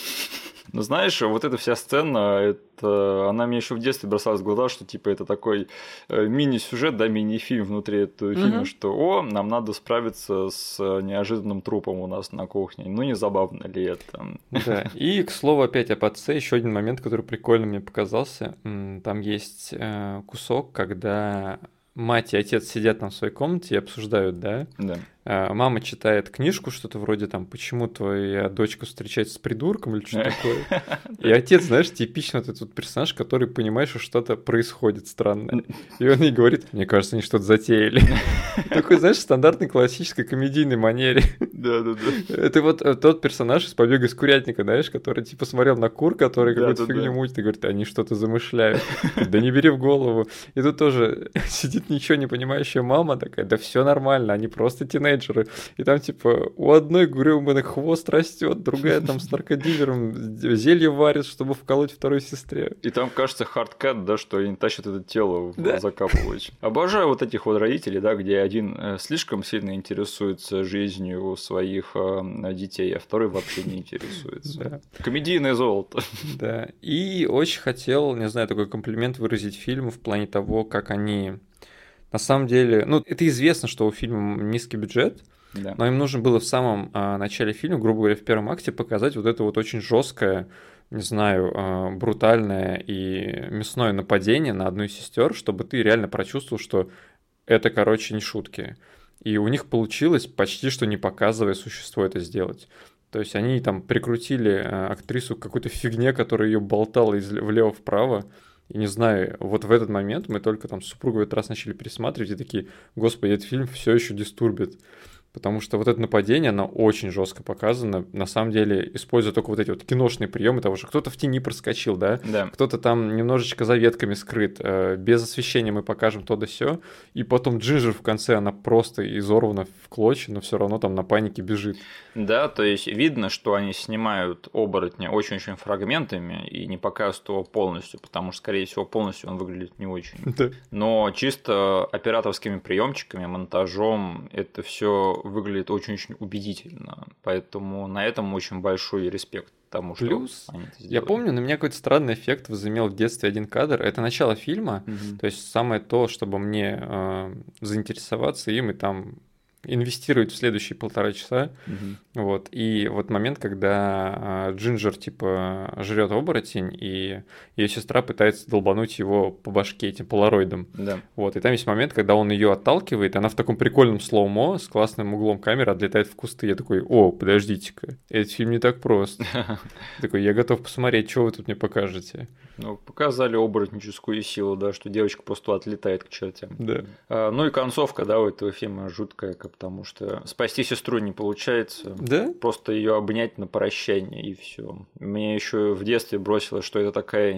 Ну, знаешь, вот эта вся сцена, она мне еще в детстве бросалась в глаза, что типа это такой мини-сюжет, да, мини-фильм внутри этого фильма, что нам надо справиться с неожиданным трупом у нас на кухне. Ну, не забавно ли это? Да, и, к слову, опять об отце, еще один момент, который прикольно мне показался. Там есть кусок, когда мать и отец сидят там в своей комнате и обсуждают, да? Да. Мама читает книжку, что-то вроде там «Почему твоя дочка встречается с придурком» или что-то такое. И отец, знаешь, типично вот этот персонаж, который понимает, что что-то происходит странное. И он ей говорит: мне кажется, они что-то затеяли. Такой, знаешь, стандартной классической комедийной манере. Да-да-да. Это вот тот персонаж из «Побега из курятника», знаешь, который типа смотрел на кур, которые какую-то фигню мутят, и говорит: они что-то замышляют. Да не бери в голову. И тут тоже сидит ничего не понимающая мама такая: да все нормально, они просто тинейджеры. И там типа у одной грёбаный хвост растет, другая там с наркодилером зелье варит, чтобы вколоть второй сестре. И там, кажется, хардкат, да, что они тащат это тело в закапывач. Обожаю вот этих вот родителей, да, где один слишком сильно интересуется жизнью своих детей, а второй вообще не интересуется. Да. Комедийное золото. Да. И очень хотел, не знаю, такой комплимент выразить фильму в плане того, как они... На самом деле, ну, это известно, что у фильма низкий бюджет, Да. но им нужно было в самом начале фильма, грубо говоря, в первом акте, показать вот это вот очень жесткое, не знаю, брутальное и мясное нападение на одну из сестер, чтобы ты реально прочувствовал, что это, короче, не шутки. И у них получилось почти что не показывая существо это сделать. То есть они там прикрутили актрису к какой-то фигне, которая ее болтала влево-вправо. И не знаю, вот в этот момент мы только там с супругой этот раз начали пересматривать и такие: господи, этот фильм все еще дистурбит. Потому что вот это нападение, оно очень жестко показано. На самом деле, используя только вот эти вот киношные приемы того, что кто-то в тени проскочил, да? Да. Кто-то там немножечко за ветками скрыт. Без освещения мы покажем то да сё. И потом Джинджер в конце, она просто изорвана в клочья, но все равно там на панике бежит. Да, то есть видно, что они снимают оборотня очень-очень фрагментами и не показывают его полностью, потому что, скорее всего, полностью он выглядит не очень. Да. Но чисто операторскими приемчиками, монтажом это все выглядит очень-очень убедительно. Поэтому на этом очень большой респект тому, что Плюс, они это сделали. я помню, на меня какой-то странный эффект возымел в детстве один кадр. Это начало фильма, то есть самое то, чтобы мне заинтересоваться им и там инвестировать в следующие 1,5 часа. Вот. И вот момент, когда Джинджер типа жрет оборотень, и ее сестра пытается долбануть его по башке этим полароидом. Да. Вот. И там есть момент, когда он ее отталкивает, и она в таком прикольном слоумо с классным углом камеры отлетает в кусты. Я такой: о, подождите-ка, этот фильм не так прост. Такой: я готов посмотреть, что вы тут мне покажете. Ну, показали оборотническую силу, да, что девочка просто отлетает к чертям. Да. Ну и концовка, да, у этого фильма жуткая, потому что спасти сестру не получается. Да? Просто ее обнять на прощание и все. Мне еще в детстве бросило, что это такая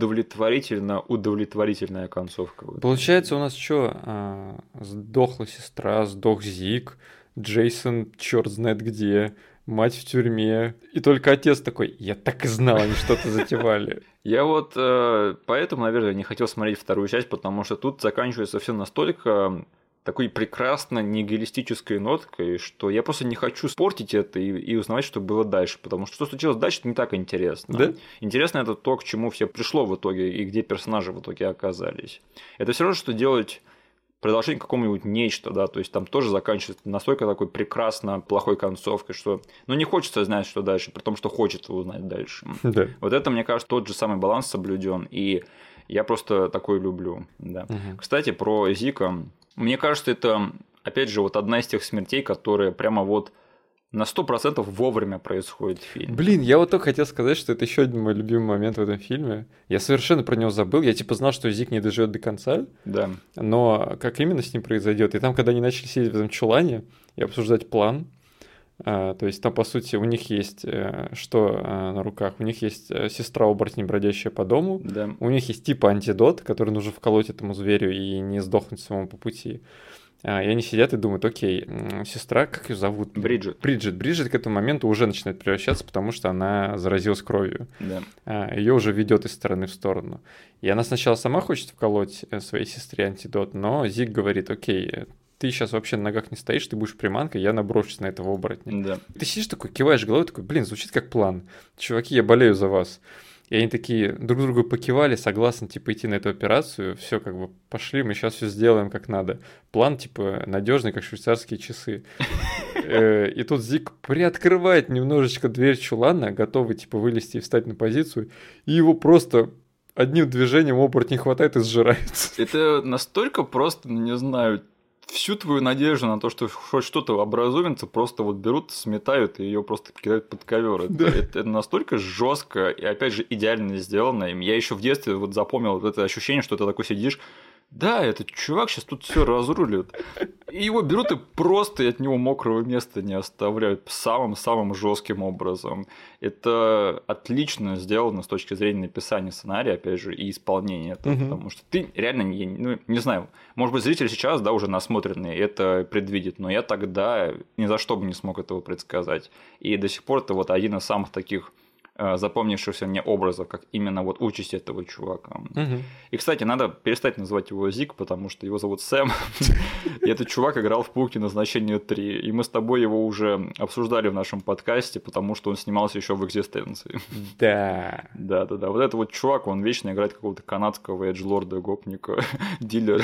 удовлетворительная концовка. Получается, у нас что? Сдохла сестра, сдох Зик, Джейсон черт знает где, мать в тюрьме. И только отец такой: я так и знал, они что-то затевали. Я вот поэтому, наверное, не хотел смотреть вторую часть, потому что тут заканчивается все настолько такой прекрасно нигилистической ноткой, что я просто не хочу спортить это и узнавать, что было дальше, потому что случилось дальше, это не так интересно. Да? Интересно это то, к чему все пришло в итоге и где персонажи в итоге оказались. Это все равно, что делать продолжение какому-нибудь нечто, да, то есть там тоже заканчивается настолько такой прекрасно плохой концовкой, что не хочется знать, что дальше, при том, что хочется узнать дальше. Да. Вот это, мне кажется, тот же самый баланс соблюден, и я просто такой люблю. Да. Кстати, про Зика. Мне кажется, это, опять же, вот одна из тех смертей, которая прямо вот на 100% вовремя происходит фильм. Блин, я вот только хотел сказать, что это еще один мой любимый момент в этом фильме. Я совершенно про него забыл. Я типа знал, что Зик не доживет до конца. Да. Но как именно с ним произойдет? И там, когда они начали сидеть в этом чулане и обсуждать план, то есть там, по сути, у них есть что на руках? У них есть сестра-оборотень, бродящая по дому. Да. У них есть типа антидот, который нужно вколоть этому зверю и не сдохнуть самому по пути. И они сидят и думают, окей, сестра, как ее зовут? Бриджит. Бриджит к этому моменту уже начинает превращаться, потому что она заразилась кровью. Да. Ее уже ведет из стороны в сторону. И она сначала сама хочет вколоть своей сестре антидот, но Зиг говорит, окей, ты сейчас вообще на ногах не стоишь, ты будешь приманкой, я наброшусь на этого оборотня. Да. Ты сидишь такой, киваешь головой, такой, блин, звучит как план. Чуваки, я болею за вас. И они такие друг другу покивали, согласны, типа, идти на эту операцию. Все, как бы, пошли, мы сейчас все сделаем как надо. План, типа, надежный, как швейцарские часы. И тут Зик приоткрывает немножечко дверь чулана, готовый, типа, вылезти и встать на позицию. И его просто одним движением оборот не хватает и сжирается. Это настолько просто, не знаю, всю твою надежду на то, что хоть что-то образуется, просто вот берут, сметают и ее просто кидают под ковер. Да. Это настолько жестко и, опять же, идеально сделано. Я еще в детстве вот запомнил вот это ощущение, что ты такой сидишь. Да, этот чувак сейчас тут все разрулит. И его берут и просто от него мокрого места не оставляют самым-самым жестким образом. Это отлично сделано с точки зрения написания сценария, опять же, и исполнения этого. Потому что ты реально, не знаю, может быть, зритель сейчас, да, уже насмотренный, это предвидит, но я тогда ни за что бы не смог этого предсказать. И до сих пор это вот один из самых таких запомнившихся мне образов, как именно вот участь этого чувака. И, кстати, надо перестать называть его Зик, потому что его зовут Сэм. И этот чувак играл в «Пункте назначения 3». И мы с тобой его уже обсуждали в нашем подкасте, потому что он снимался еще в «Экзистенции». Да. Да. Вот этот вот чувак, он вечно играет какого-то канадского эдж-лорда, гопника, дилера.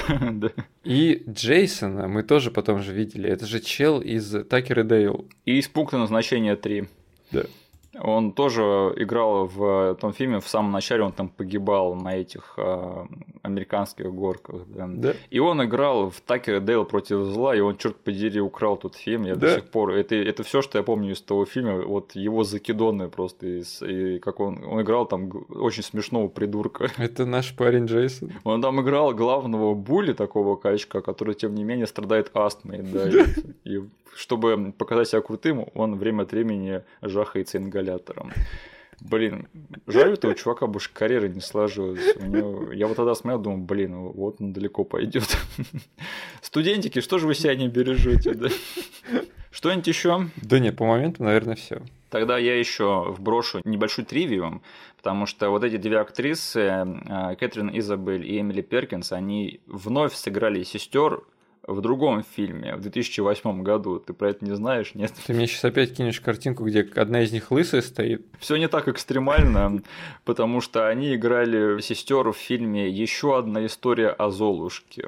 И Джейсона мы тоже потом же видели. Это же чел из Такер и Дейл. И из «Пункта назначения 3». Да. Он тоже играл в том фильме, в самом начале он там погибал на этих американских горках. Да. И он играл в Такер и Дейл против зла, и он, черт подери, украл тот фильм. Я до сих пор. Это все, что я помню из того фильма. Вот его закидоны просто. И как он играл там очень смешного придурка. Это наш парень Джейсон. Он там играл главного були, такого качка, который, тем не менее, страдает астмой. Да, и чтобы показать себя крутым, он время от времени жахается ингалятором. Блин, жаль, у этого чувака больше карьеры не сложилось. Я вот тогда смотрел, думал, блин, вот он далеко пойдет. Студентики, что же вы себя не бережете, да? Что-нибудь еще? Да нет, по моменту, наверное, все. Тогда я еще вброшу небольшую тривию, потому что вот эти две актрисы, Кэтрин Изабель и Эмили Перкинс, они вновь сыграли сестер в другом фильме в 2008 году. Ты про это не знаешь, нет? Ты мне сейчас опять кинешь картинку, где одна из них лысая стоит. Все не так экстремально, потому что они играли сестер в фильме «Еще одна история о Золушке».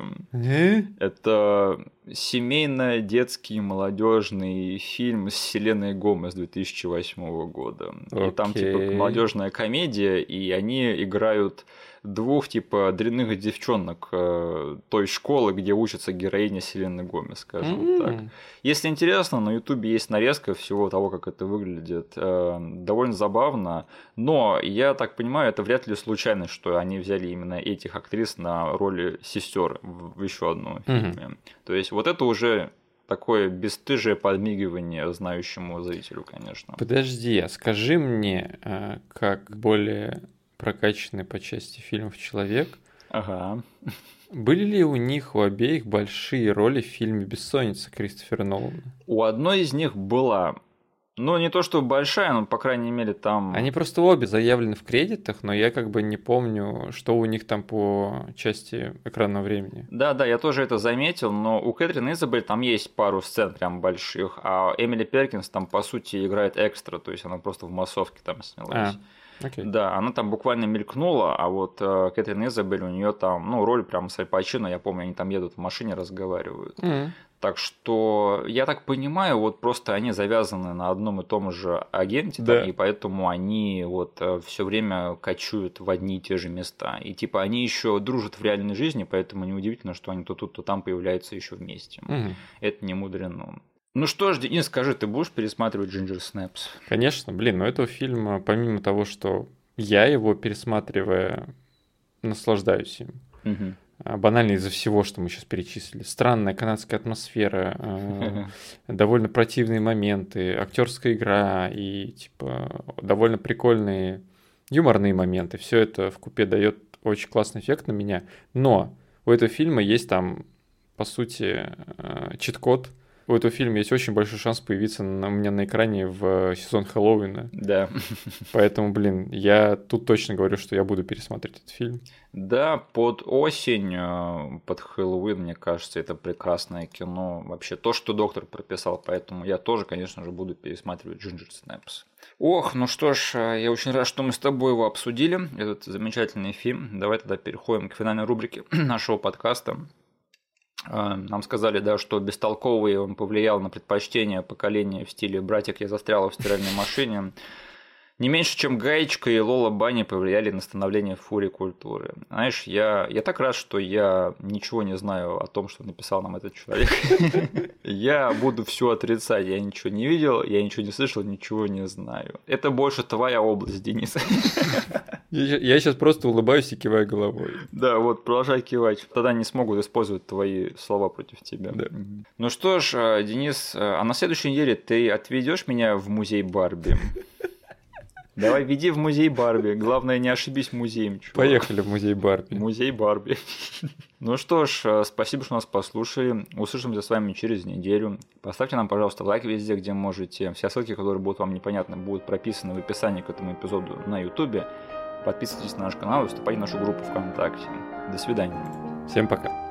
Это семейно-детский молодежный фильм с Селеной Гомес 2008 года. И там типа молодежная комедия, и они играют двух типа дрянных девчонок той школы, где учится героиня Селены Гомес, скажем так. Если интересно, на Ютубе есть нарезка всего того, как это выглядит. Довольно забавно, но я так понимаю, это вряд ли случайно, что они взяли именно этих актрис на роли сестер в еще одном фильме. То есть вот это уже такое бесстыжее подмигивание знающему зрителю, конечно. Подожди, а скажи мне, как более прокачанный по части фильмов человек, Ага. Были ли у них, у обеих, большие роли в фильме «Бессонница» Кристофера Нолана? У одной из них была. Ну, не то чтобы большая, но, по крайней мере, там... Они просто обе заявлены в кредитах, но я как бы не помню, что у них там по части экранного времени. Да, я тоже это заметил, но у Кэтрин Изабель там есть пару сцен прям больших, а Эмили Перкинс там, по сути, играет экстра, то есть она просто в массовке там снялась. Okay. Да, она там буквально мелькнула, а вот Кэтрин Изабель, у нее там, роль прям с Аль Пачино, я помню, они там едут в машине, разговаривают. Так что, я так понимаю, вот просто они завязаны на одном и том же агенте, да. там, и поэтому они вот все время кочуют в одни и те же места. И типа они еще дружат в реальной жизни, поэтому неудивительно, что они то тут, то там появляются еще вместе. Это не мудрено. Ну что ж, Денис, скажи, ты будешь пересматривать Ginger Snaps? Конечно, блин, но этого фильма, помимо того, что я его, пересматривая, наслаждаюсь им. Банально из-за всего, что мы сейчас перечислили. Странная канадская атмосфера, довольно противные моменты, актерская игра и типа довольно прикольные юморные моменты. Все это вкупе дает очень классный эффект на меня. Но у этого фильма есть там, по сути, чит-код. У этого фильма есть очень большой шанс появиться у меня на экране в сезон Хэллоуина. Да. Поэтому, блин, я тут точно говорю, что я буду пересматривать этот фильм. Да, под осень, под Хэллоуин, мне кажется, это прекрасное кино. Вообще то, что доктор прописал, поэтому я тоже, конечно же, буду пересматривать Ginger Snaps. Ох, ну что ж, я очень рад, что мы с тобой его обсудили, этот замечательный фильм. Давай тогда переходим к финальной рубрике нашего подкаста. Нам сказали, да, что «Бестолковый» он повлиял на предпочтение поколения в стиле «Братик, я застряла в стиральной машине». Не меньше, чем «Гаечка» и «Лола Банни» повлияли на становление фурии культуры. Знаешь, я так рад, что я ничего не знаю о том, что написал нам этот человек. Я буду все отрицать. Я ничего не видел, я ничего не слышал, ничего не знаю. Это больше твоя область, Денис. Я сейчас просто улыбаюсь и киваю головой. Да, вот, продолжай кивать. Тогда не смогут использовать твои слова против тебя. Да. Ну что ж, Денис, а на следующей неделе ты отведешь меня в музей Барби? Давай, веди в музей Барби. Главное, не ошибись музеем. Чувак. Поехали в музей Барби. Музей Барби. Ну что ж, спасибо, что нас послушали. Услышимся с вами через неделю. Поставьте нам, пожалуйста, лайк везде, где можете. Все ссылки, которые будут вам непонятны, будут прописаны в описании к этому эпизоду на YouTube. Подписывайтесь на наш канал и вступайте в нашу группу ВКонтакте. До свидания. Всем пока.